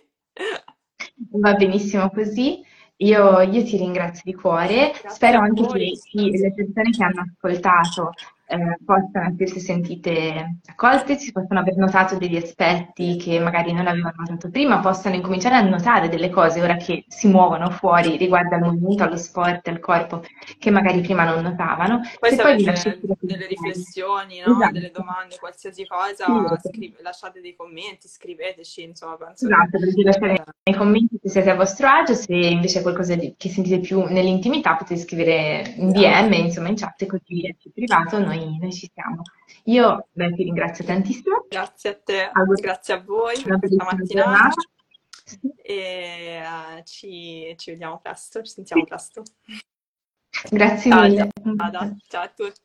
Va benissimo così. Io, io ti ringrazio di cuore. Grazie Spero a anche voi. che chi- le persone che hanno ascoltato eh, possano essersi sentite accolte, si possano aver notato degli aspetti che magari non avevano notato prima, possano incominciare a notare delle cose ora che si muovono fuori riguardo al movimento, allo sport, al corpo, che magari prima non notavano. Poi Se se poi vi lasciate avete dei delle pensieri. riflessioni, no? Delle Esatto. domande, qualsiasi Sì, cosa, scri- lasciate dei commenti, scriveteci, insomma, penso che... esatto, potete lasciare eh, nei commenti se siete a vostro agio, se invece è qualcosa di- che sentite più nell'intimità potete scrivere in esatto. D M, insomma in chat, così è più privato, noi, noi ci siamo. Io beh, ti ringrazio tantissimo, Grazie a te, auguro grazie a voi per una questa bellissima mattinata giornata. Sì. e eh, ci, ci vediamo presto, ci sentiamo presto. Grazie Ciao mille. Giada, ciao a tutti.